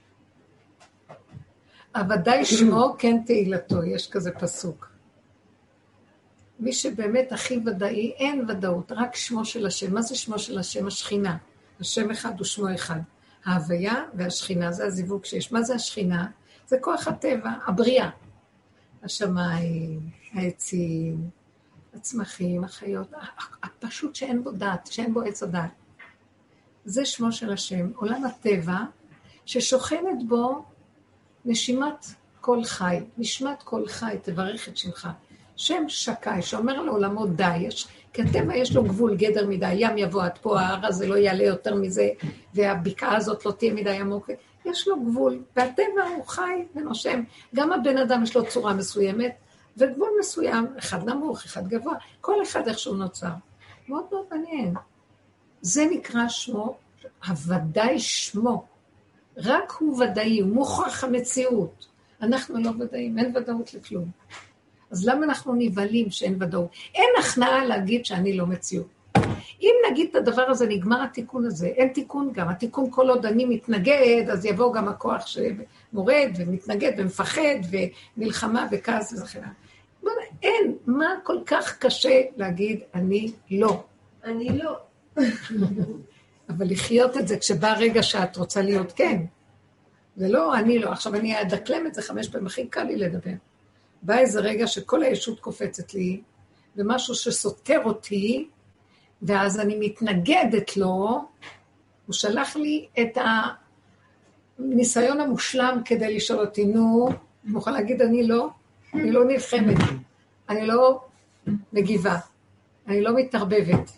הוודאי שמו כן תהילתו, יש כזה פסוק. מי שבאמת הכי ודאי, אין ודאות, רק שמו של השם. מה זה שמו של השם? השכינה. השם אחד ושמו אחד. ההוויה והשכינה, זה הזיווג שיש. מה זה השכינה? זה כוח הטבע, הבריאה. השמיים, העצים, הצמחים, החיות, הפשוט שאין בו דעת, שאין בו עץ הדעת. זה שמו של השם, עולם הטבע, ששוכנת בו נשימת כל חי, נשמת כל חי, תברך את שמך. שם שקי, שאומר לעולמו די, יש, כי הטבע יש לו גבול גדר מדי, ים יבוא עד פה, ההר הזה לא יעלה יותר מזה, והבקעה הזאת לא תהיה מדי עמוק, יש לו גבול, והטבע הוא חי ונושם, גם הבן אדם יש לו צורה מסוימת, וגבול מסוים, אחד נמוך, אחד גבוה, כל אחד איך שהוא נוצר. מאוד מאוד מעניין. זה נקרא שמו, הוודאי שמו, רק הוא ודאי, הוא מוכח המציאות. אנחנו לא ודאים, אין ודאות לכלום. אז למה אנחנו נבהלים שאין ודאות? אין הכנעה להגיד שאני לא מציאות. אם נגיד את הדבר הזה, נגמר התיקון הזה, אין תיקון גם, התיקון כל עוד אני מתנגד, אז יבוא גם הכוח שמורד ומתנגד ומפחד ומלחמה וכעס וכן. אין, מה כל כך קשה להגיד אני לא? אני לא. אבל לחיות את זה כשבא רגע שאת רוצה להיות כן. זה לא, אני לא. עכשיו אני אדקלם את זה חמש פעמים, הכי קל לי לדבר. בא איזה רגע שכל הישות קופצת לי, ומשהו שסותר אותי, ואז אני מתנגדת לו, הוא שלח לי את הניסיון המושלם כדי לשאול אותי, נו, אני מוכן להגיד אני לא, אני לא נלחמת, אני לא מגיבה, אני לא מתערבבת.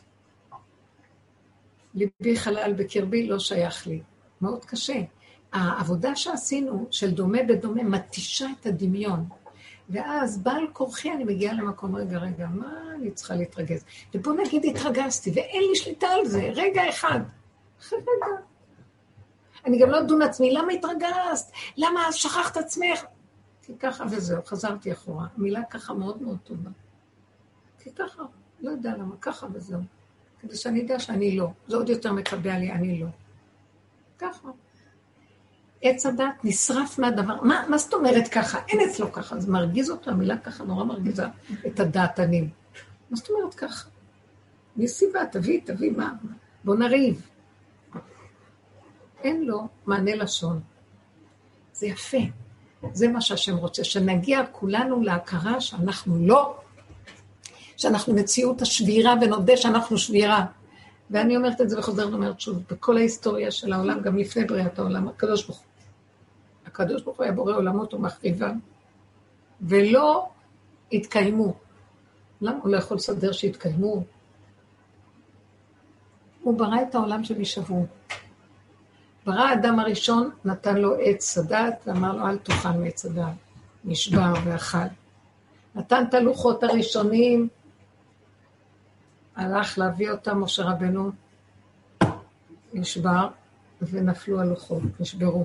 ליבי חלל בקרבי לא שייך לי, מאוד קשה. העבודה שעשינו של דומה בדומה מתישה את הדמיון, ואז בעל כורחי אני מגיעה למקום, רגע, רגע, מה אני צריכה להתרגז? ובוא נגיד התרגזתי, ואין לי שליטה על זה, רגע אחד. רגע. אני גם לא דון עצמי, למה התרגזת? למה שכחת עצמך? כי ככה וזהו, חזרתי אחורה. המילה ככה מאוד מאוד טובה. כי ככה, לא יודע למה, ככה וזהו. כדי שאני יודע שאני לא. זה עוד יותר מקבע לי, אני לא. ככה. עץ הדת נשרף מהדבר, מה, מה זאת אומרת ככה? אין אצלו ככה, זה מרגיז אותו, המילה ככה נורא מרגיזה את הדעתנים. מה זאת אומרת ככה? מי סיבה, תביא, תביא, מה? בוא נריב. אין לו מענה לשון. זה יפה. זה מה שהשם רוצה, שנגיע כולנו להכרה שאנחנו לא, שאנחנו מציאות השבירה ונודה שאנחנו שבירה. ואני אומרת את זה וחוזרת ואומרת שוב, בכל ההיסטוריה של העולם, גם לפני בריאת העולם, הקדוש ברוך הוא. הקדוש ברוך הוא היה בורא עולמות ומחריבם, ולא התקיימו. למה הוא לא יכול לסדר שהתקיימו? הוא ברא את העולם שנשאבו. ברא האדם הראשון, נתן לו עץ הדת, ואמר לו, אל תאכל מעץ הדת. נשבר ואכל. נתן את הלוחות הראשונים, הלך להביא אותם, משה רבנו, נשבר, ונפלו הלוחות, נשברו.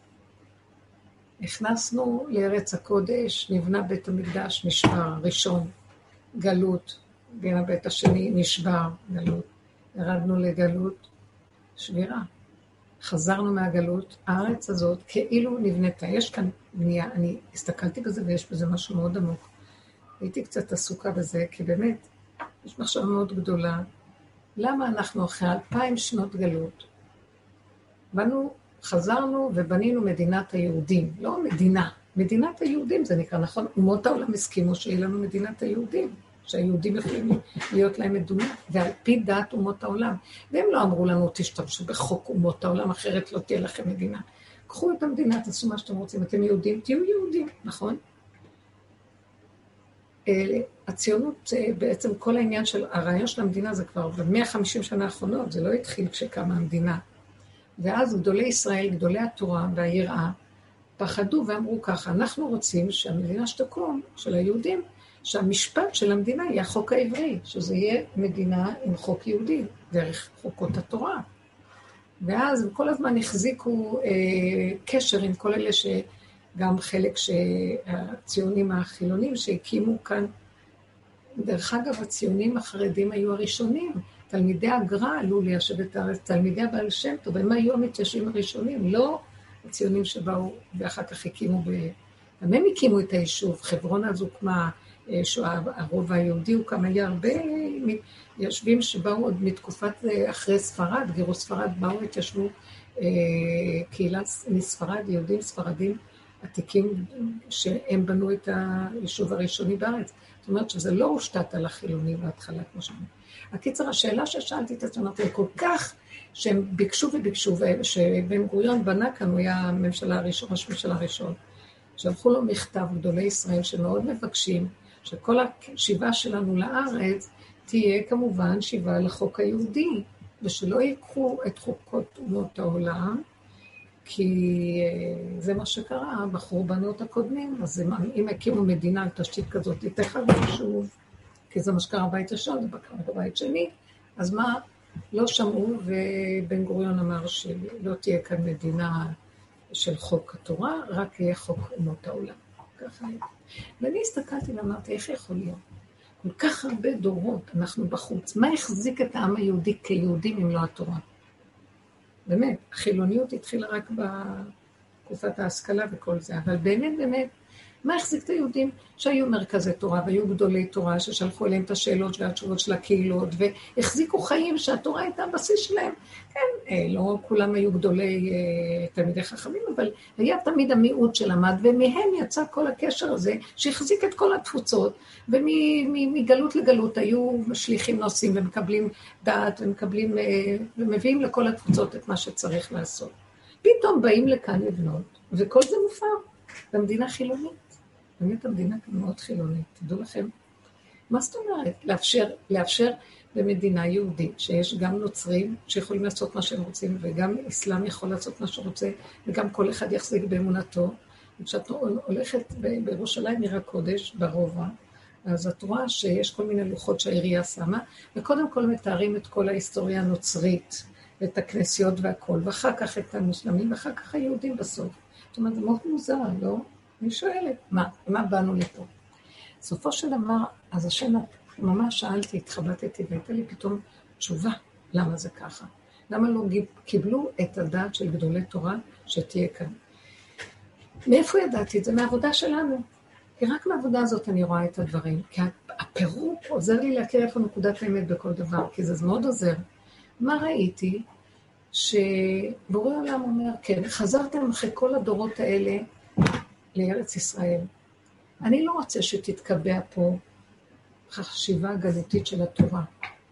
נכנסנו לארץ הקודש, נבנה בית המקדש, נשבר, ראשון, גלות, בין הבית השני, נשבר, גלות. ירדנו לגלות, שבירה. חזרנו מהגלות, הארץ הזאת כאילו נבנתה. יש כאן בנייה, אני הסתכלתי בזה ויש בזה משהו מאוד עמוק. הייתי קצת עסוקה בזה, כי באמת, יש מחשבה מאוד גדולה למה אנחנו אחרי אלפיים שנות גלות, באנו, חזרנו ובנינו מדינת היהודים, לא מדינה, מדינת היהודים זה נקרא, נכון? אומות העולם הסכימו שיהיה לנו מדינת היהודים, שהיהודים יכולים להיות להם מדינה, ועל פי דעת אומות העולם. והם לא אמרו לנו, תשתמשו בחוק אומות העולם, אחרת לא תהיה לכם מדינה. קחו את המדינה, תעשו מה שאתם רוצים, אתם יהודים, תהיו יהודים, נכון? הציונות, בעצם כל העניין של הרעיון של המדינה זה כבר ב-מאה וחמישים שנה האחרונות, זה לא התחיל כשקמה המדינה. ואז גדולי ישראל, גדולי התורה והיראה, פחדו ואמרו ככה, אנחנו רוצים שהמדינה שתקום, של היהודים, שהמשפט של המדינה יהיה החוק העברי, שזה יהיה מדינה עם חוק יהודי, דרך חוקות התורה. ואז כל הזמן החזיקו אה, קשר עם כל אלה שגם חלק שהציונים החילונים שהקימו כאן. דרך אגב, הציונים החרדים היו הראשונים, תלמידי הגר"א עלו ליישב את הארץ, תלמידי הבעל שם טוב, הם היו המתיישבים הראשונים, לא הציונים שבאו ואחר כך הקימו, ב... גם הם הקימו את היישוב, חברון אז הוקמה, הרוב היהודי הוקם, היה הרבה יושבים שבאו עוד מתקופת אחרי ספרד, גירוש ספרד, באו התיישבו קהילה מספרד, יהודים ספרדים עתיקים, שהם בנו את היישוב הראשוני בארץ. זאת אומרת שזה לא הושתת על החילוני בהתחלה, כמו שאומרים. הקיצר, השאלה ששאלתי את עצמי, אמרתי, כל כך שהם ביקשו וביקשו, שבן גוריון בנה כאן, הוא היה הממשלה הראשון, ראש ממשלה הראשון, שלחו לו מכתב גדולי ישראל שמאוד מבקשים, שכל השיבה שלנו לארץ תהיה כמובן שיבה לחוק היהודי, ושלא ייקחו את חוקות אומות העולם, כי זה מה שקרה בחורבנות הקודמים, אז אם הקימו מדינה על תשתית כזאת, תחזור שוב, כי זה מה שקרה בית ראשון, זה בקרה בבית שני, אז מה, לא שמעו, ובן גוריון אמר שלא תהיה כאן מדינה של חוק התורה, רק יהיה חוק אומות העולם. ככה היה. ואני הסתכלתי ואמרתי, איך יכול להיות? כל כך הרבה דורות אנחנו בחוץ. מה החזיק את העם היהודי כיהודים אם לא התורה? באמת, החילוניות התחילה רק בתקופת ההשכלה וכל זה, אבל באמת, באמת, מה החזיק את היהודים? שהיו מרכזי תורה והיו גדולי תורה ששלחו אליהם את השאלות והתשובות של הקהילות, והחזיקו חיים שהתורה הייתה הבסיס שלהם. כן, לא כולם היו גדולי תלמידי חכמים, אבל היה תמיד המיעוט שלמד, ומהם יצא כל הקשר הזה שהחזיק את כל התפוצות, ומגלות לגלות היו שליחים נוסעים ומקבלים דעת ומקבלים, ומביאים לכל התפוצות את מה שצריך לעשות. פתאום באים לכאן לבנות, וכל זה מופר במדינה חילונית. באמת המדינה מאוד חילונית, תדעו לכם. מה זאת אומרת? לאפשר, לאפשר במדינה יהודית, שיש גם נוצרים שיכולים לעשות מה שהם רוצים, וגם אסלאם יכול לעשות מה שרוצה, וגם כל אחד יחזיק באמונתו. וכשאת הולכת בירושלים עיר הקודש, ברובע, אז את רואה שיש כל מיני לוחות שהעירייה שמה, וקודם כל מתארים את כל ההיסטוריה הנוצרית, ואת הכנסיות והכל, ואחר כך את המוסלמים, ואחר כך היהודים בסוף. זאת אומרת, זה מאוד מוזר, לא? אני שואלת, מה? מה באנו לפה? סופו של דבר, אז השם, ממש שאלתי, התחבטתי, והייתה לי פתאום תשובה, למה זה ככה? למה לא קיבלו את הדעת של גדולי תורה שתהיה כאן? מאיפה ידעתי את זה? מהעבודה שלנו. כי רק מהעבודה הזאת אני רואה את הדברים. כי הפירוק עוזר לי להכיר איפה נקודת האמת בכל דבר, כי זה מאוד עוזר. מה ראיתי? שבורא עולם אומר, כן, חזרתם אחרי כל הדורות האלה לארץ ישראל. אני לא רוצה שתתקבע פה חשיבה גלותית של התורה.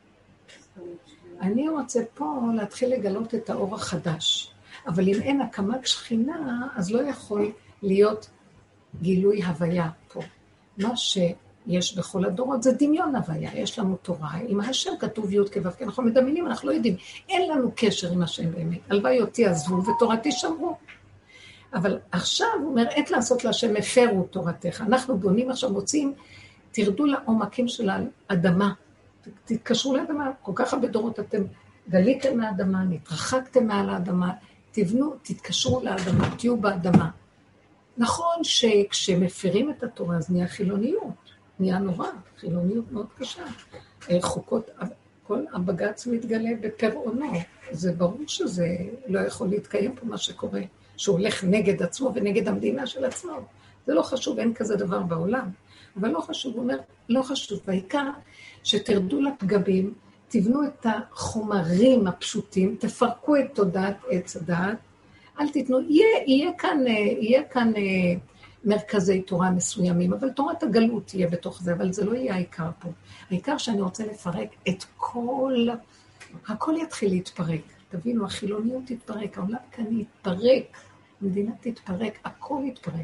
אני רוצה פה להתחיל לגלות את האור החדש. אבל אם אין הקמת שכינה, אז לא יכול להיות גילוי הוויה פה. מה שיש בכל הדורות זה דמיון הוויה. יש לנו תורה. עם השם כתוב י' כו', כי אנחנו מדמיינים, אנחנו לא יודעים. אין לנו קשר עם השם באמת. הלוואי אותי עזבו ותורתי שמרו. אבל עכשיו הוא אומר, עת לעשות להשם הפרו תורתך. אנחנו בונים עכשיו, מוצאים, תרדו לעומקים של האדמה. תתקשרו לאדמה. כל כך הרבה דורות אתם גליתם מהאדמה, נתרחקתם מעל האדמה, תבנו, תתקשרו לאדמה, תהיו באדמה. נכון שכשמפירים את התורה, אז נהיה חילוניות. נהיה נורא, חילוניות מאוד קשה. חוקות, כל הבג"ץ מתגלה בפרעונו. זה ברור שזה לא יכול להתקיים פה מה שקורה. שהוא הולך נגד עצמו ונגד המדינה של עצמו. זה לא חשוב, אין כזה דבר בעולם. אבל לא חשוב, הוא אומר, לא חשוב. והעיקר שתרדו לפגמים תבנו את החומרים הפשוטים, תפרקו את תודעת עץ הדעת, אל תיתנו, יהיה, יהיה כאן, יהיה כאן מרכזי תורה מסוימים, אבל תורת הגלות תהיה בתוך זה, אבל זה לא יהיה העיקר פה. העיקר שאני רוצה לפרק את כל, הכל יתחיל להתפרק. תבינו, החילוניות תתפרק, העולם כאן יתפרק, המדינה תתפרק, הכל יתפרק.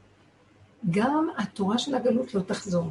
גם התורה של הגלות לא תחזור.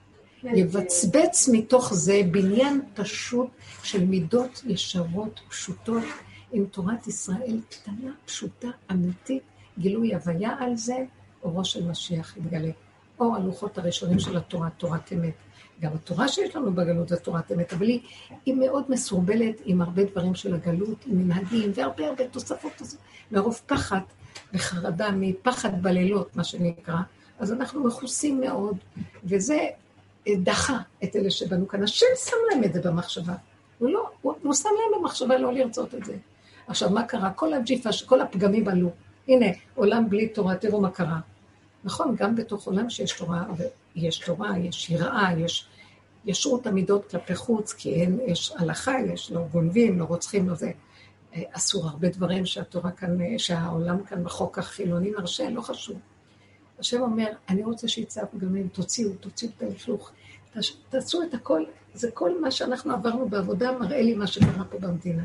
יבצבץ מתוך זה בניין פשוט של מידות ישרות פשוטות, עם תורת ישראל קטנה, פשוטה, אמיתית, גילוי הוויה על זה, אורו של משיח יתגלה. אור הלוחות הראשונים של התורה, תורת אמת. גם התורה שיש לנו בגלות זה תורת אמת, אבל היא, היא מאוד מסורבלת עם הרבה דברים של הגלות, עם מנהגים, והרבה הרבה תוספות, מרוב פחד וחרדה, מפחד בלילות, מה שנקרא, אז אנחנו מחוסים מאוד, וזה דחה את אלה שבנו כאן. השם שם להם את זה במחשבה. הוא לא, הוא, הוא שם להם במחשבה לא לרצות את זה. עכשיו, מה קרה? כל הג'יפה, כל הפגמים עלו. הנה, עולם בלי תורה, תראו מה קרה. נכון, גם בתוך עולם שיש תורה, יש תורה, יש יראה, יש ישרות המידות כלפי חוץ, כי אין, יש הלכה, יש לא גונבים, לא רוצחים, לא זה. אסור הרבה דברים שהתורה כאן, שהעולם כאן בחוק החילוני מרשה, לא חשוב. השם אומר, אני רוצה שיצא הפגמים, תוציאו, תוציאו את הלכלוך, תעשו את הכל, זה כל מה שאנחנו עברנו בעבודה, מראה לי מה שקרה פה במדינה.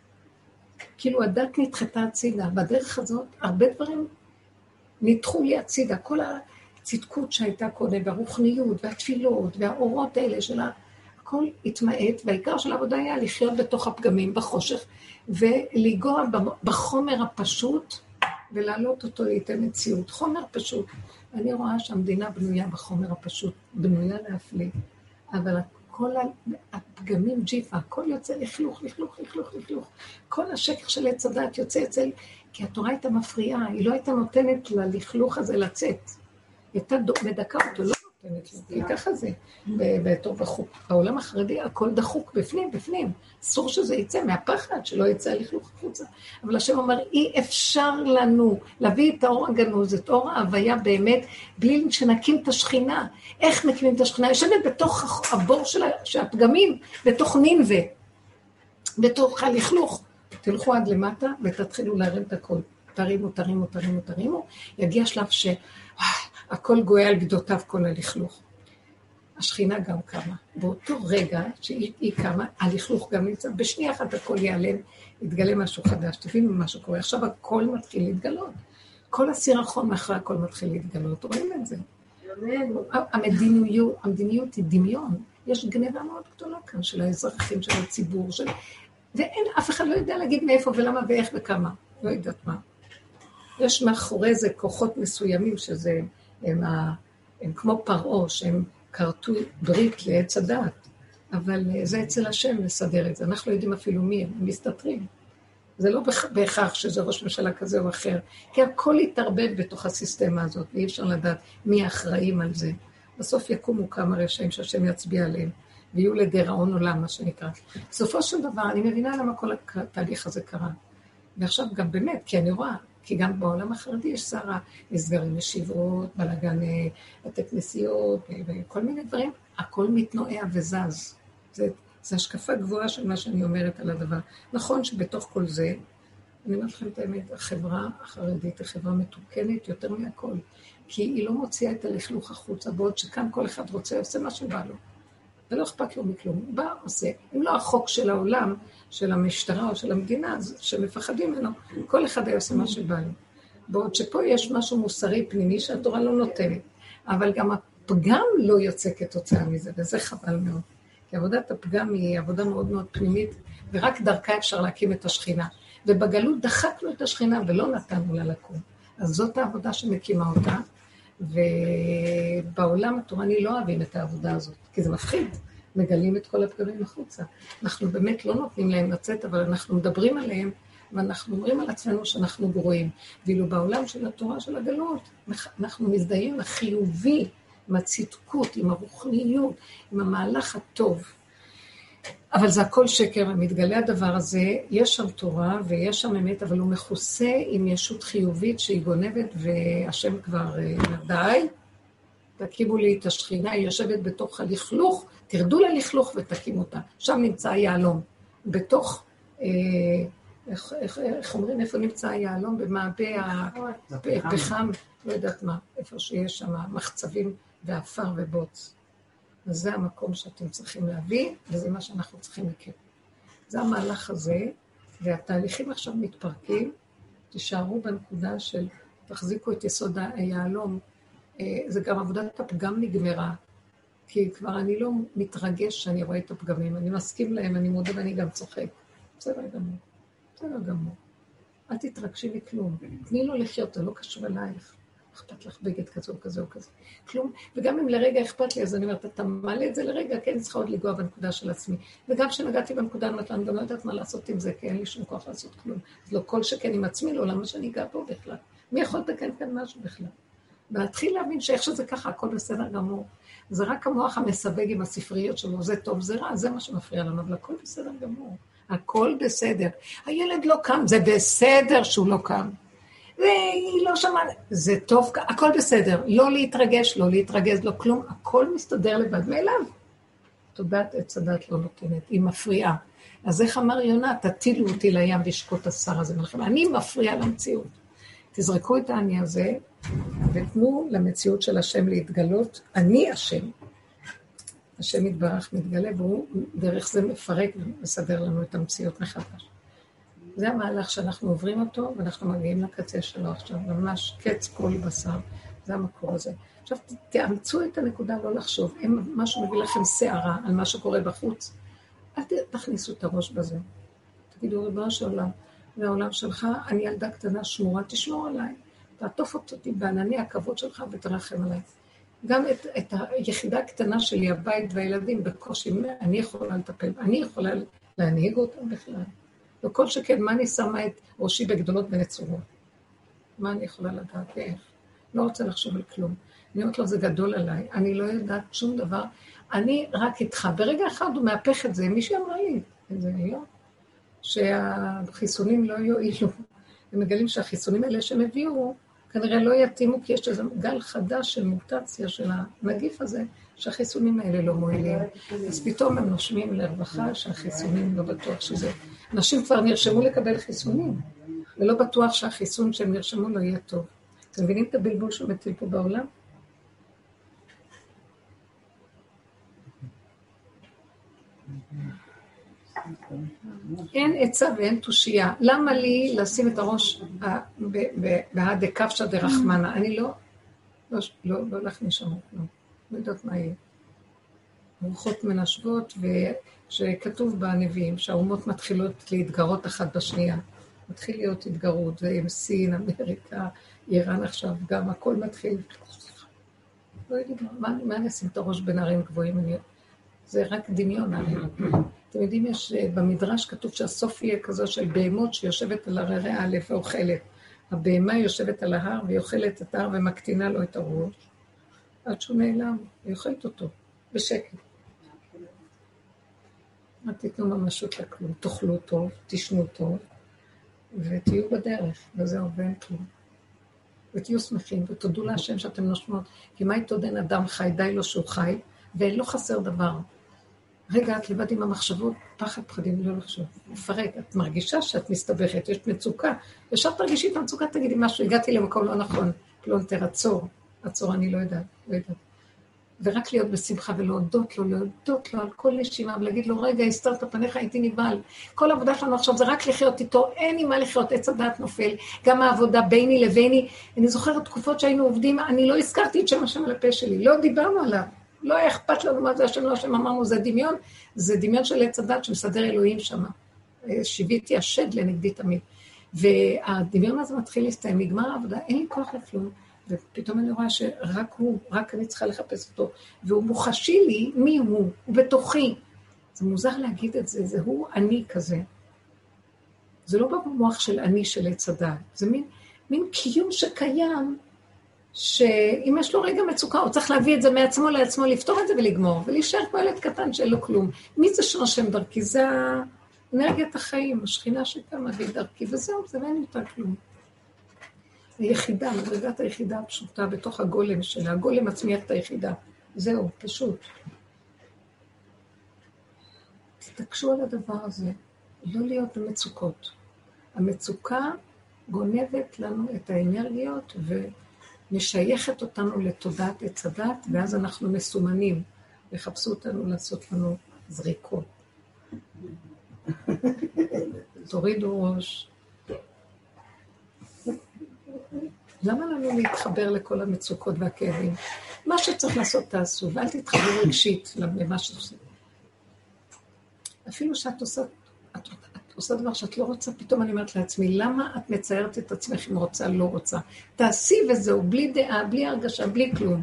כאילו הדת נדחתה הצידה, בדרך הזאת הרבה דברים נדחו לי הצידה, כל הצדקות שהייתה קודם, והרוחניות, והתפילות, והאורות האלה שלה, הכל התמעט, והעיקר של העבודה היה לחיות בתוך הפגמים, בחושך, ולגוע בחומר הפשוט, ולהעלות אותו ליתן מציאות. חומר פשוט. אני רואה שהמדינה בנויה בחומר הפשוט, בנויה להפליא, אבל כל הפגמים ג'יפה, הכל יוצא לכלוך, לכלוך, לכלוך, לכלוך. כל השקר של עץ הדעת יוצא אצל, כי התורה הייתה מפריעה, היא לא הייתה נותנת ללכלוך הזה לצאת. היא הייתה מדכא אותו, לא נותנת לו, כי ככה זה. בתור בחוק, בעולם החרדי, הכל דחוק בפנים, בפנים. אסור שזה יצא מהפחד, שלא יצא לכלוך החוצה. אבל השם אומר, אי אפשר לנו להביא את האור הגנוז, את אור ההוויה באמת, בלי שנקים את השכינה. איך מקימים את השכינה? יושבת בתוך הבור של הפגמים, בתוך נינווה, בתוך הלכלוך. תלכו עד למטה ותתחילו להרים את הכל. תרימו, תרימו, תרימו, תרימו. יגיע שלב שהכל גויה על גדותיו כל הלכלוך. השכינה גם קמה. באותו רגע שהיא קמה, הלכלוך גם נמצא. בשנייה אחת הכל ייעלם, יתגלה משהו חדש. תבינו מה שקורה. עכשיו הכל מתחיל להתגלות. כל הסירחון מאחורי הכל מתחיל להתגלות. רואים את זה. המדיניות, המדיניות היא דמיון. יש גניבה מאוד גדולה כאן של האזרחים, של הציבור, של... ואין, אף אחד לא יודע להגיד מאיפה ולמה ואיך וכמה. לא יודעת מה. יש מאחורי זה כוחות מסוימים שזה, הם, ה, הם כמו פרעה, שהם קרתו ברית לעץ הדעת, אבל זה אצל השם לסדר את זה. אנחנו לא יודעים אפילו מי הם, הם מסתתרים. זה לא בהכרח שזה ראש ממשלה כזה או אחר, כי הכל יתערבב בתוך הסיסטמה הזאת, ואי אפשר לדעת מי האחראים על זה. בסוף יקומו כמה רשעים שהשם יצביע עליהם, ויהיו לדיראון עולם, מה שנקרא. בסופו של דבר, אני מבינה למה כל התהליך הזה קרה. ועכשיו גם באמת, כי אני רואה, כי גם בעולם החרדי יש שרה, נסגרים ישיבות, בלגן בתי כנסיות, וכל מיני דברים, הכל מתנועע וזז. זה, זה השקפה גבוהה של מה שאני אומרת על הדבר. נכון שבתוך כל זה, אני אומרת לכם את האמת, החברה החרדית היא חברה מתוקנת יותר מהכל, כי היא לא מוציאה את הלכלוך החוצה, בעוד שכאן כל אחד רוצה, עושה מה שבא לו. ולא אכפת לו מכלום, הוא בא, עושה. אם לא החוק של העולם, של המשטרה או של המדינה, שמפחדים ממנו, כל אחד היה עושה מה שבא לו. בעוד שפה יש משהו מוסרי פנימי שהתורה לא נותנת, אבל גם הפגם לא יוצא כתוצאה מזה, וזה חבל מאוד. כי עבודת הפגם היא עבודה מאוד מאוד פנימית, ורק דרכה אפשר להקים את השכינה. ובגלות דחקנו את השכינה ולא נתנו לה לקום. אז זאת העבודה שמקימה אותה, ובעולם התורני לא אוהבים את העבודה הזאת, כי זה מפחיד, מגלים את כל הפגמים החוצה. אנחנו באמת לא נותנים להם לצאת, אבל אנחנו מדברים עליהם, ואנחנו אומרים על עצמנו שאנחנו גרועים. ואילו בעולם של התורה של הגלות, אנחנו מזדהים החיובי, עם הצדקות, עם הרוחניות, עם המהלך הטוב. אבל זה הכל שקר, ומתגלה הדבר הזה, יש שם תורה ויש שם אמת, אבל הוא מכוסה עם ישות חיובית שהיא גונבת, והשם כבר די, תקימו לי את השכינה, היא יושבת בתוך הלכלוך, תרדו ללכלוך ותקים אותה. שם נמצא היעלום. בתוך, אה, איך, איך, איך אומרים, איפה נמצא היעלום? במעבה הפחם, לא יודעת מה, איפה שיש שם מחצבים ואפר ובוץ. אז זה המקום שאתם צריכים להביא, וזה מה שאנחנו צריכים לקרוא. זה המהלך הזה, והתהליכים עכשיו מתפרקים, תישארו בנקודה של תחזיקו את יסוד היעלום. זה גם עבודת הפגם נגמרה, כי כבר אני לא מתרגש שאני רואה את הפגמים, אני מסכים להם, אני מודה ואני גם צוחק. בסדר גמור, בסדר גמור. אל תתרגשי מכלום, תני לו לחיות, זה לא קשור אלייך. אכפת לך בגד כזה או כזה או כזה. כלום, וגם אם לרגע אכפת לי, אז אני אומרת, אתה מעלה את זה לרגע, כן, צריכה עוד לגוע בנקודה של עצמי. וגם כשנגעתי בנקודה, אני גם לא יודעת מה לעשות עם זה, כי אין לי שום כוח לעשות כלום. אז לא כל שכן עם עצמי, לא למה שאני אגע פה בכלל. מי יכול לתקן כאן משהו בכלל? ולהתחיל להבין שאיך שזה ככה, הכל בסדר גמור. זה רק המוח המסווג עם הספריות שלו, זה טוב, זה רע, זה מה שמפריע לנו, אבל הכל בסדר גמור. הכל בסדר. הילד לא קם, זה בסדר שהוא לא קם. והיא לא שמעה, זה טוב, הכל בסדר, לא להתרגש, לא להתרגז, לא כלום, הכל מסתדר לבד מאליו. תודעת עץ הדת לא נותנת, היא מפריעה. אז איך אמר יונה, תטילו אותי לים וישקוט השר הזה מלכם, אני מפריעה למציאות. תזרקו את העני הזה, ותנו למציאות של השם להתגלות, אני השם. השם יתברך מתגלה, והוא דרך זה מפרק ומסדר לנו את המציאות מחדש. זה המהלך שאנחנו עוברים אותו, ואנחנו מגיעים לקצה שלו עכשיו, ממש קץ כל בשר, זה המקור הזה. עכשיו, תאמצו את הנקודה לא לחשוב, אם משהו מביא לכם שערה על מה שקורה בחוץ, אל תכניסו את הראש בזה. תגידו, ריבונו של עולם, זה העולם שלך, אני ילדה קטנה שמורה, תשמור עליי, תעטוף אותי בענני הכבוד שלך ותרחם עליי. גם את, את היחידה הקטנה שלי, הבית והילדים, בקושי, אני יכולה לטפל, אני יכולה להנהיג אותם בכלל. וכל שכן, מה אני שמה את ראשי בגדולות ונצורות? מה אני יכולה לדעת ואיך? לא רוצה לחשוב על כלום. אני אומרת לו, זה גדול עליי, אני לא יודעת שום דבר, אני רק איתך. ברגע אחד הוא מהפך את זה, מישהו אמרה לי, זה היום, שהחיסונים לא יועילו. הם מגלים שהחיסונים האלה שהם הביאו, כנראה לא יתאימו, כי יש איזה גל חדש של מוטציה של הנגיף הזה, שהחיסונים האלה לא מועילים. אז פתאום הם נושמים לרווחה שהחיסונים לא בטוח שזה. אנשים כבר נרשמו לקבל חיסונים, ולא בטוח שהחיסון שהם נרשמו לא יהיה טוב. אתם מבינים את הבלבול שמטיל פה בעולם? אין עצה ואין תושייה. למה לי לשים את הראש בהדקפשא דרחמנה? אני לא, לא, לא, לא הולך משם, לא. לא יודעת מה יהיה. רוחות מנשבות, ושכתוב בנביאים שהאומות מתחילות להתגרות אחת בשנייה. מתחיל להיות התגרות, זה עם סין, אמריקה, איראן עכשיו, גם הכל מתחיל. לא יודעים, מה, מה אני אשים את הראש בין ערים גבוהים? אני... זה רק דמיון. אתם יודעים, יש במדרש כתוב שהסוף יהיה כזו של בהמות שיושבת על הררי א' ואוכלת. הבהמה יושבת על ההר והיא אוכלת את ההר ומקטינה לו את הראש. עד שהוא נעלם, היא אוכלת אותו, בשקט. אל תיתנו ממשות לכלום, תאכלו טוב, תשנו טוב, ותהיו בדרך, וזהו, ואין כלום. ותהיו שמחים, ותודו להשם שאתם נושמות, כי מה יתודן אדם חי, די לו שהוא חי, ואין לו חסר דבר. רגע, את לבד עם המחשבות, פחד פחדים, לא לחשוב. מפרק, את מרגישה שאת מסתבכת, יש מצוקה, ישר תרגישי את המצוקה, תגידי משהו, הגעתי למקום לא נכון, פלונטר, עצור, עצור, אני לא יודעת, לא יודעת. ורק להיות בשמחה ולהודות לו, להודות לו על כל נשימה, ולהגיד לו, רגע, הסתרת פניך, הייתי ניבל. כל העבודה שלנו עכשיו זה רק לחיות איתו, אין לי מה לחיות, עץ הדעת נופל. גם העבודה ביני לביני, אני זוכרת תקופות שהיינו עובדים, אני לא הזכרתי את שם השם על הפה שלי, לא דיברנו עליו. לא היה אכפת לנו מה זה השם, לא השם, אמרנו, זה דמיון, זה דמיון של עץ הדת שמסדר אלוהים שם. שיוויתי השד לנגדי תמיד. והדמיון הזה מתחיל להסתיים, נגמר העבודה, אין לי כוח לכלום, ופתאום אני רואה שרק הוא, רק אני צריכה לחפש אותו, והוא מוחשי לי מי הוא, הוא בתוכי. זה מוזר להגיד את זה, זה הוא אני כזה. זה לא במוח של אני של עץ הדת, זה מין, מין קיום שקיים, שאם יש לו רגע מצוקה, הוא צריך להביא את זה מעצמו לעצמו, לפתור את זה ולגמור, ולהישאר כמו ילד קטן שאין לו כלום. מי זה שנושם דרכי? זה אנרגיית החיים, השכינה שקמה והיא דרכי, וזהו, זה אין יותר כלום. היחידה, מדרגת היחידה הפשוטה בתוך הגולם שלה, הגולם מצמיח את היחידה. זהו, פשוט. תתעקשו על הדבר הזה, לא להיות במצוקות. המצוקה גונבת לנו את האנרגיות ומשייכת אותנו לתודעת עץ הדת, ואז אנחנו מסומנים, לחפשו אותנו לעשות לנו זריקות. תורידו ראש. למה לנו להתחבר לכל המצוקות והכאבים? מה שצריך לעשות תעשו, ואל תתחברו רגשית למה שעושים. אפילו שאת עושה, את, את עושה דבר שאת לא רוצה, פתאום אני אומרת לעצמי, למה את מציירת את עצמך אם רוצה, לא רוצה? תעשי וזהו, בלי דעה, בלי הרגשה, בלי כלום.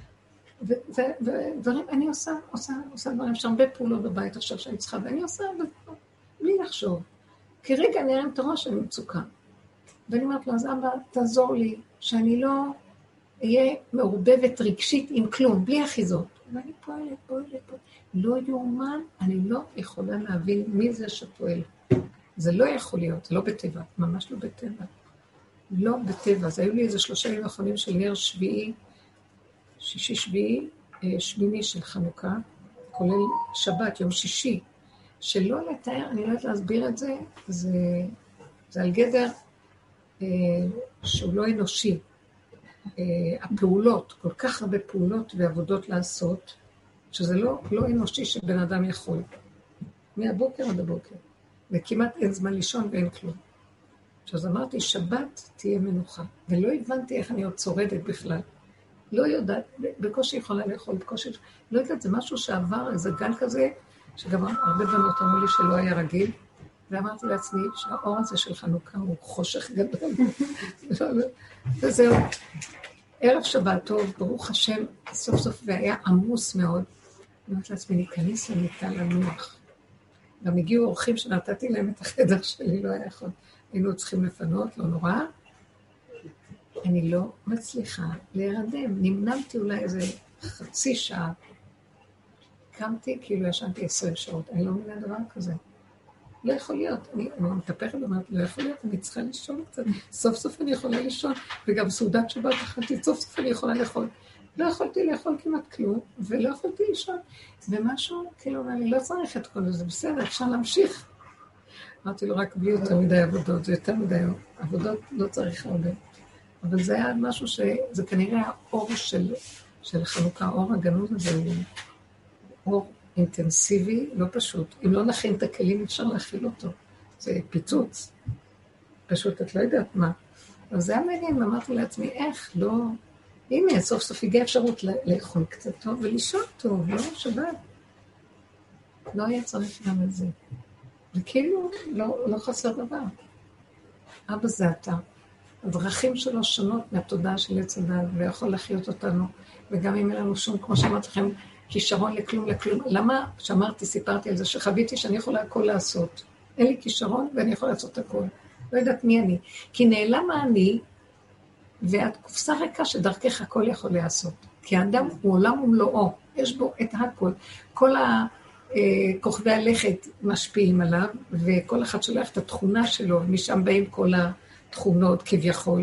ודברים, אני עושה, עושה, עושה דברים, יש הרבה פעולות בבית עכשיו שאני צריכה, ואני עושה, בלי לחשוב. כי רגע אני אראים את הראש, אני מצוקה. ואני אומרת לו, אז אבא, תעזור לי, שאני לא אהיה מעורבבת רגשית עם כלום, בלי אחיזות. ואני פועלת, פועלת, פועלת. לא יאומן, אני לא יכולה להבין מי זה שפועל. זה לא יכול להיות, זה לא בטבע, ממש לא בטבע. לא בטבע. אז היו לי איזה שלושה ימים האחרונים של נר שביעי, שישי שביעי, שמיני של חנוכה, כולל שבת, יום שישי, שלא לתאר, אני לא יודעת להסביר את זה, זה, זה על גדר אה, שהוא לא אנושי. אה, הפעולות, כל כך הרבה פעולות ועבודות לעשות, שזה לא, לא אנושי שבן אדם יכול. מהבוקר עד הבוקר. וכמעט אין זמן לישון ואין כלום. אז אמרתי, שבת תהיה מנוחה. ולא הבנתי איך אני עוד צורדת בכלל. לא יודעת, בקושי יכולה לאכול, בקושי, לא יודעת, זה משהו שעבר, איזה גל כזה, שגם הרבה בנות אמרו לי שלא היה רגיל, ואמרתי לעצמי שהאור הזה של חנוכה הוא חושך גדול. וזהו, ערב שבת טוב, ברוך השם, סוף סוף והיה עמוס מאוד, ואמרתי לעצמי, ניכנס למיטה לנוח. גם הגיעו אורחים שנתתי להם את החדר שלי, לא היה יכול, היינו צריכים לפנות, לא נורא, אני לא מצליחה להירדם. נמנמתי אולי איזה חצי שעה. קמתי, כאילו ישנתי עשרים שעות. אני לא מבינה דבר כזה. לא יכול להיות. אני, אני מתהפכת ואומרת, לא יכול להיות, אני צריכה לישון קצת. סוף סוף אני יכולה לישון. וגם סעודת שבת אכלתי, סוף סוף אני יכולה לאכול. לא יכולתי לאכול כמעט כלום, ולא יכולתי לישון. ומשהו, כאילו, אני לא צריך את כל זה, בסדר, אפשר להמשיך. אמרתי לו, רק בלי יותר מדי עבודות, זה יותר מדי עבודות, לא צריך הרבה. אבל זה היה משהו שזה כנראה האור של, של חנוכה, האור הגנוז הזה הוא אור אינטנסיבי, לא פשוט. אם לא נכין את הכלים, אפשר להכיל אותו. זה פיצוץ. פשוט את לא יודעת מה. אבל זה היה מעניין, אמרתי לעצמי, איך, לא... הנה, סוף סוף הגיעה אפשרות לאכול קצת טוב ולישון טוב, לא שבת. לא היה צריך גם את זה. וכאילו, לא, לא חסר דבר. אבא זה אתה. הדרכים שלו שונות מהתודעה של עץ הדת, ויכול לחיות אותנו, וגם אם אין לנו שום, כמו שאמרתי לכם, כישרון לכלום לכלום. למה שאמרתי, סיפרתי על זה, שחוויתי שאני יכולה הכל לעשות. אין לי כישרון ואני יכולה לעשות הכל. לא יודעת מי אני. כי נעלם אני, ואת קופסה ריקה שדרכך הכל יכול לעשות. כי האדם הוא עולם ומלואו, יש בו את הכל. כל הכוכבי הלכת משפיעים עליו, וכל אחד שולח את התכונה שלו, ומשם באים כל התכונות כביכול.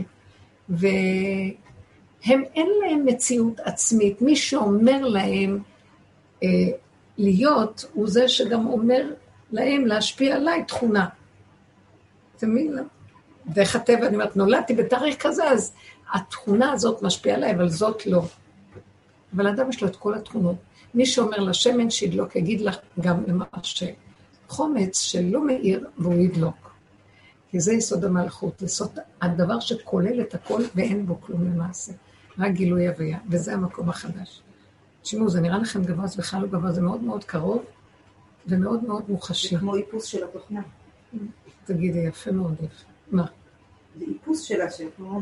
והם אין להם מציאות עצמית. מי שאומר להם אה, להיות, הוא זה שגם אומר להם להשפיע עליי תכונה. אתם מבינים? דרך הטבע, אני אומרת, נולדתי בתאריך כזה, אז התכונה הזאת משפיעה עליי, אבל זאת לא. אבל האדם יש לו את כל התכונות. מי שאומר לשמן שידלוק, יגיד לך גם למה שחומץ שלא מאיר והוא ידלוק. כי זה יסוד המלכות, יסוד הדבר שכולל את הכל ואין בו כלום למעשה. רק גילוי הוויה, וזה המקום החדש. תשמעו, זה נראה לכם גבוה, זה בכלל לא גבוה, זה מאוד מאוד קרוב ומאוד מאוד מוחשי. זה כמו איפוס של התוכנה. תגידי, יפה מאוד יפה. מה? זה איפוס שלה, שכמו...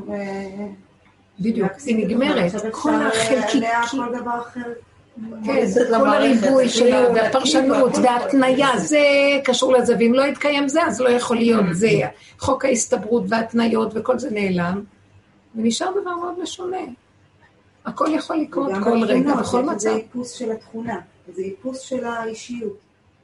בדיוק, היא נגמרת, כל החלקיקים. כל דבר אחר. כן, כל הריבוי שלה, והפרשנות, וההתניה, זה קשור לזה, ואם לא יתקיים זה, אז לא יכול להיות זה. חוק ההסתברות וההתניות וכל זה נעלם, ונשאר דבר מאוד משונה. הכל יכול לקרות כל רגע, בכל מצב. זה איפוס של התכונה, זה איפוס של האישיות.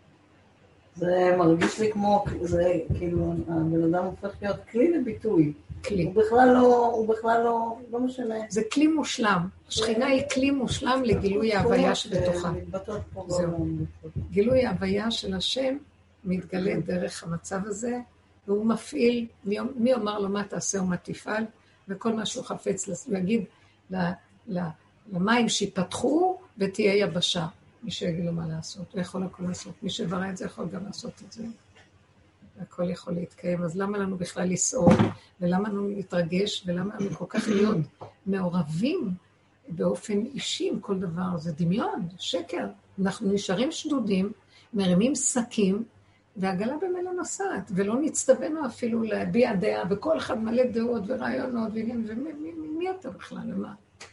זה מרגיש לי כמו, זה כאילו, הבן אדם הופך להיות כלי לביטוי. כלי. הוא בכלל לא, הוא בכלל לא, לא משנה. זה כלי מושלם. השכינה היא כלי מושלם לגילוי ההוויה שבתוכה. זהו. גילוי ההוויה של השם מתגלה דרך המצב הזה, והוא מפעיל, מי אומר לו מה תעשה ומה תפעל, וכל מה שהוא חפץ להגיד למים שיפתחו ותהיה יבשה. מי שיגיד לו מה לעשות, הוא יכול הכל לעשות. מי שברא את זה יכול גם לעשות את זה. הכל יכול להתקיים. אז למה לנו בכלל לסעור? ולמה לנו להתרגש? ולמה לנו כל כך להיות מעורבים באופן אישי עם כל דבר? זה דמיון, שקר. אנחנו נשארים שדודים, מרימים שקים, והגלה במילא נוסעת, ולא נצטווינו אפילו להביע דעה, וכל אחד מלא דעות ורעיונות, ומי אתה בכלל? למה?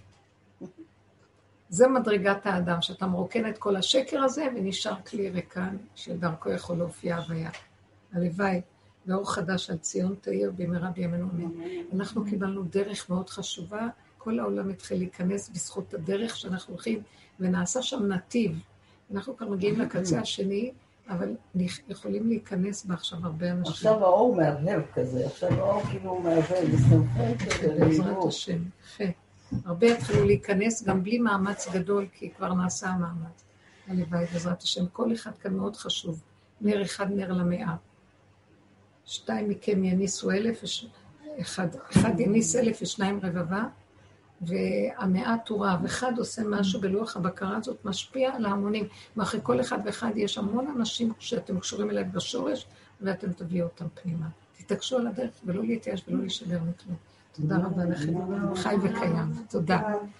זה מדרגת האדם, שאתה מרוקן את כל השקר הזה, ונשאר כלי ריקן, שדרכו יכול להופיע הוויה. הלוואי, ואור חדש על ציון תאיר במהרה בימינו אמן. אנחנו קיבלנו דרך מאוד חשובה, כל העולם התחיל להיכנס בזכות הדרך שאנחנו הולכים, ונעשה שם נתיב. אנחנו כבר מגיעים לקצה השני, אבל יכולים להיכנס בה עכשיו הרבה אנשים. עכשיו האור מהבהב כזה, עכשיו האור כאילו מהבהב, בסמכות. בעזרת השם, יפה. הרבה יתחילו להיכנס גם בלי מאמץ גדול, כי כבר נעשה המאמץ. הלוואי, בעזרת השם, כל אחד כאן מאוד חשוב. נר אחד נר למאה. שתיים מכם יניסו אלף, אחד, אחד יניס אלף ושניים רבבה, והמאה תורה, ואחד עושה משהו בלוח הבקרה הזאת, משפיע על ההמונים. מאחרי כל אחד ואחד יש המון אנשים שאתם קשורים אליהם בשורש, ואתם תביאו אותם פנימה. תתעקשו על הדרך ולא להתייאש ולא להישבר מכלום. תודה רבה לכם, חי וקיים. תודה.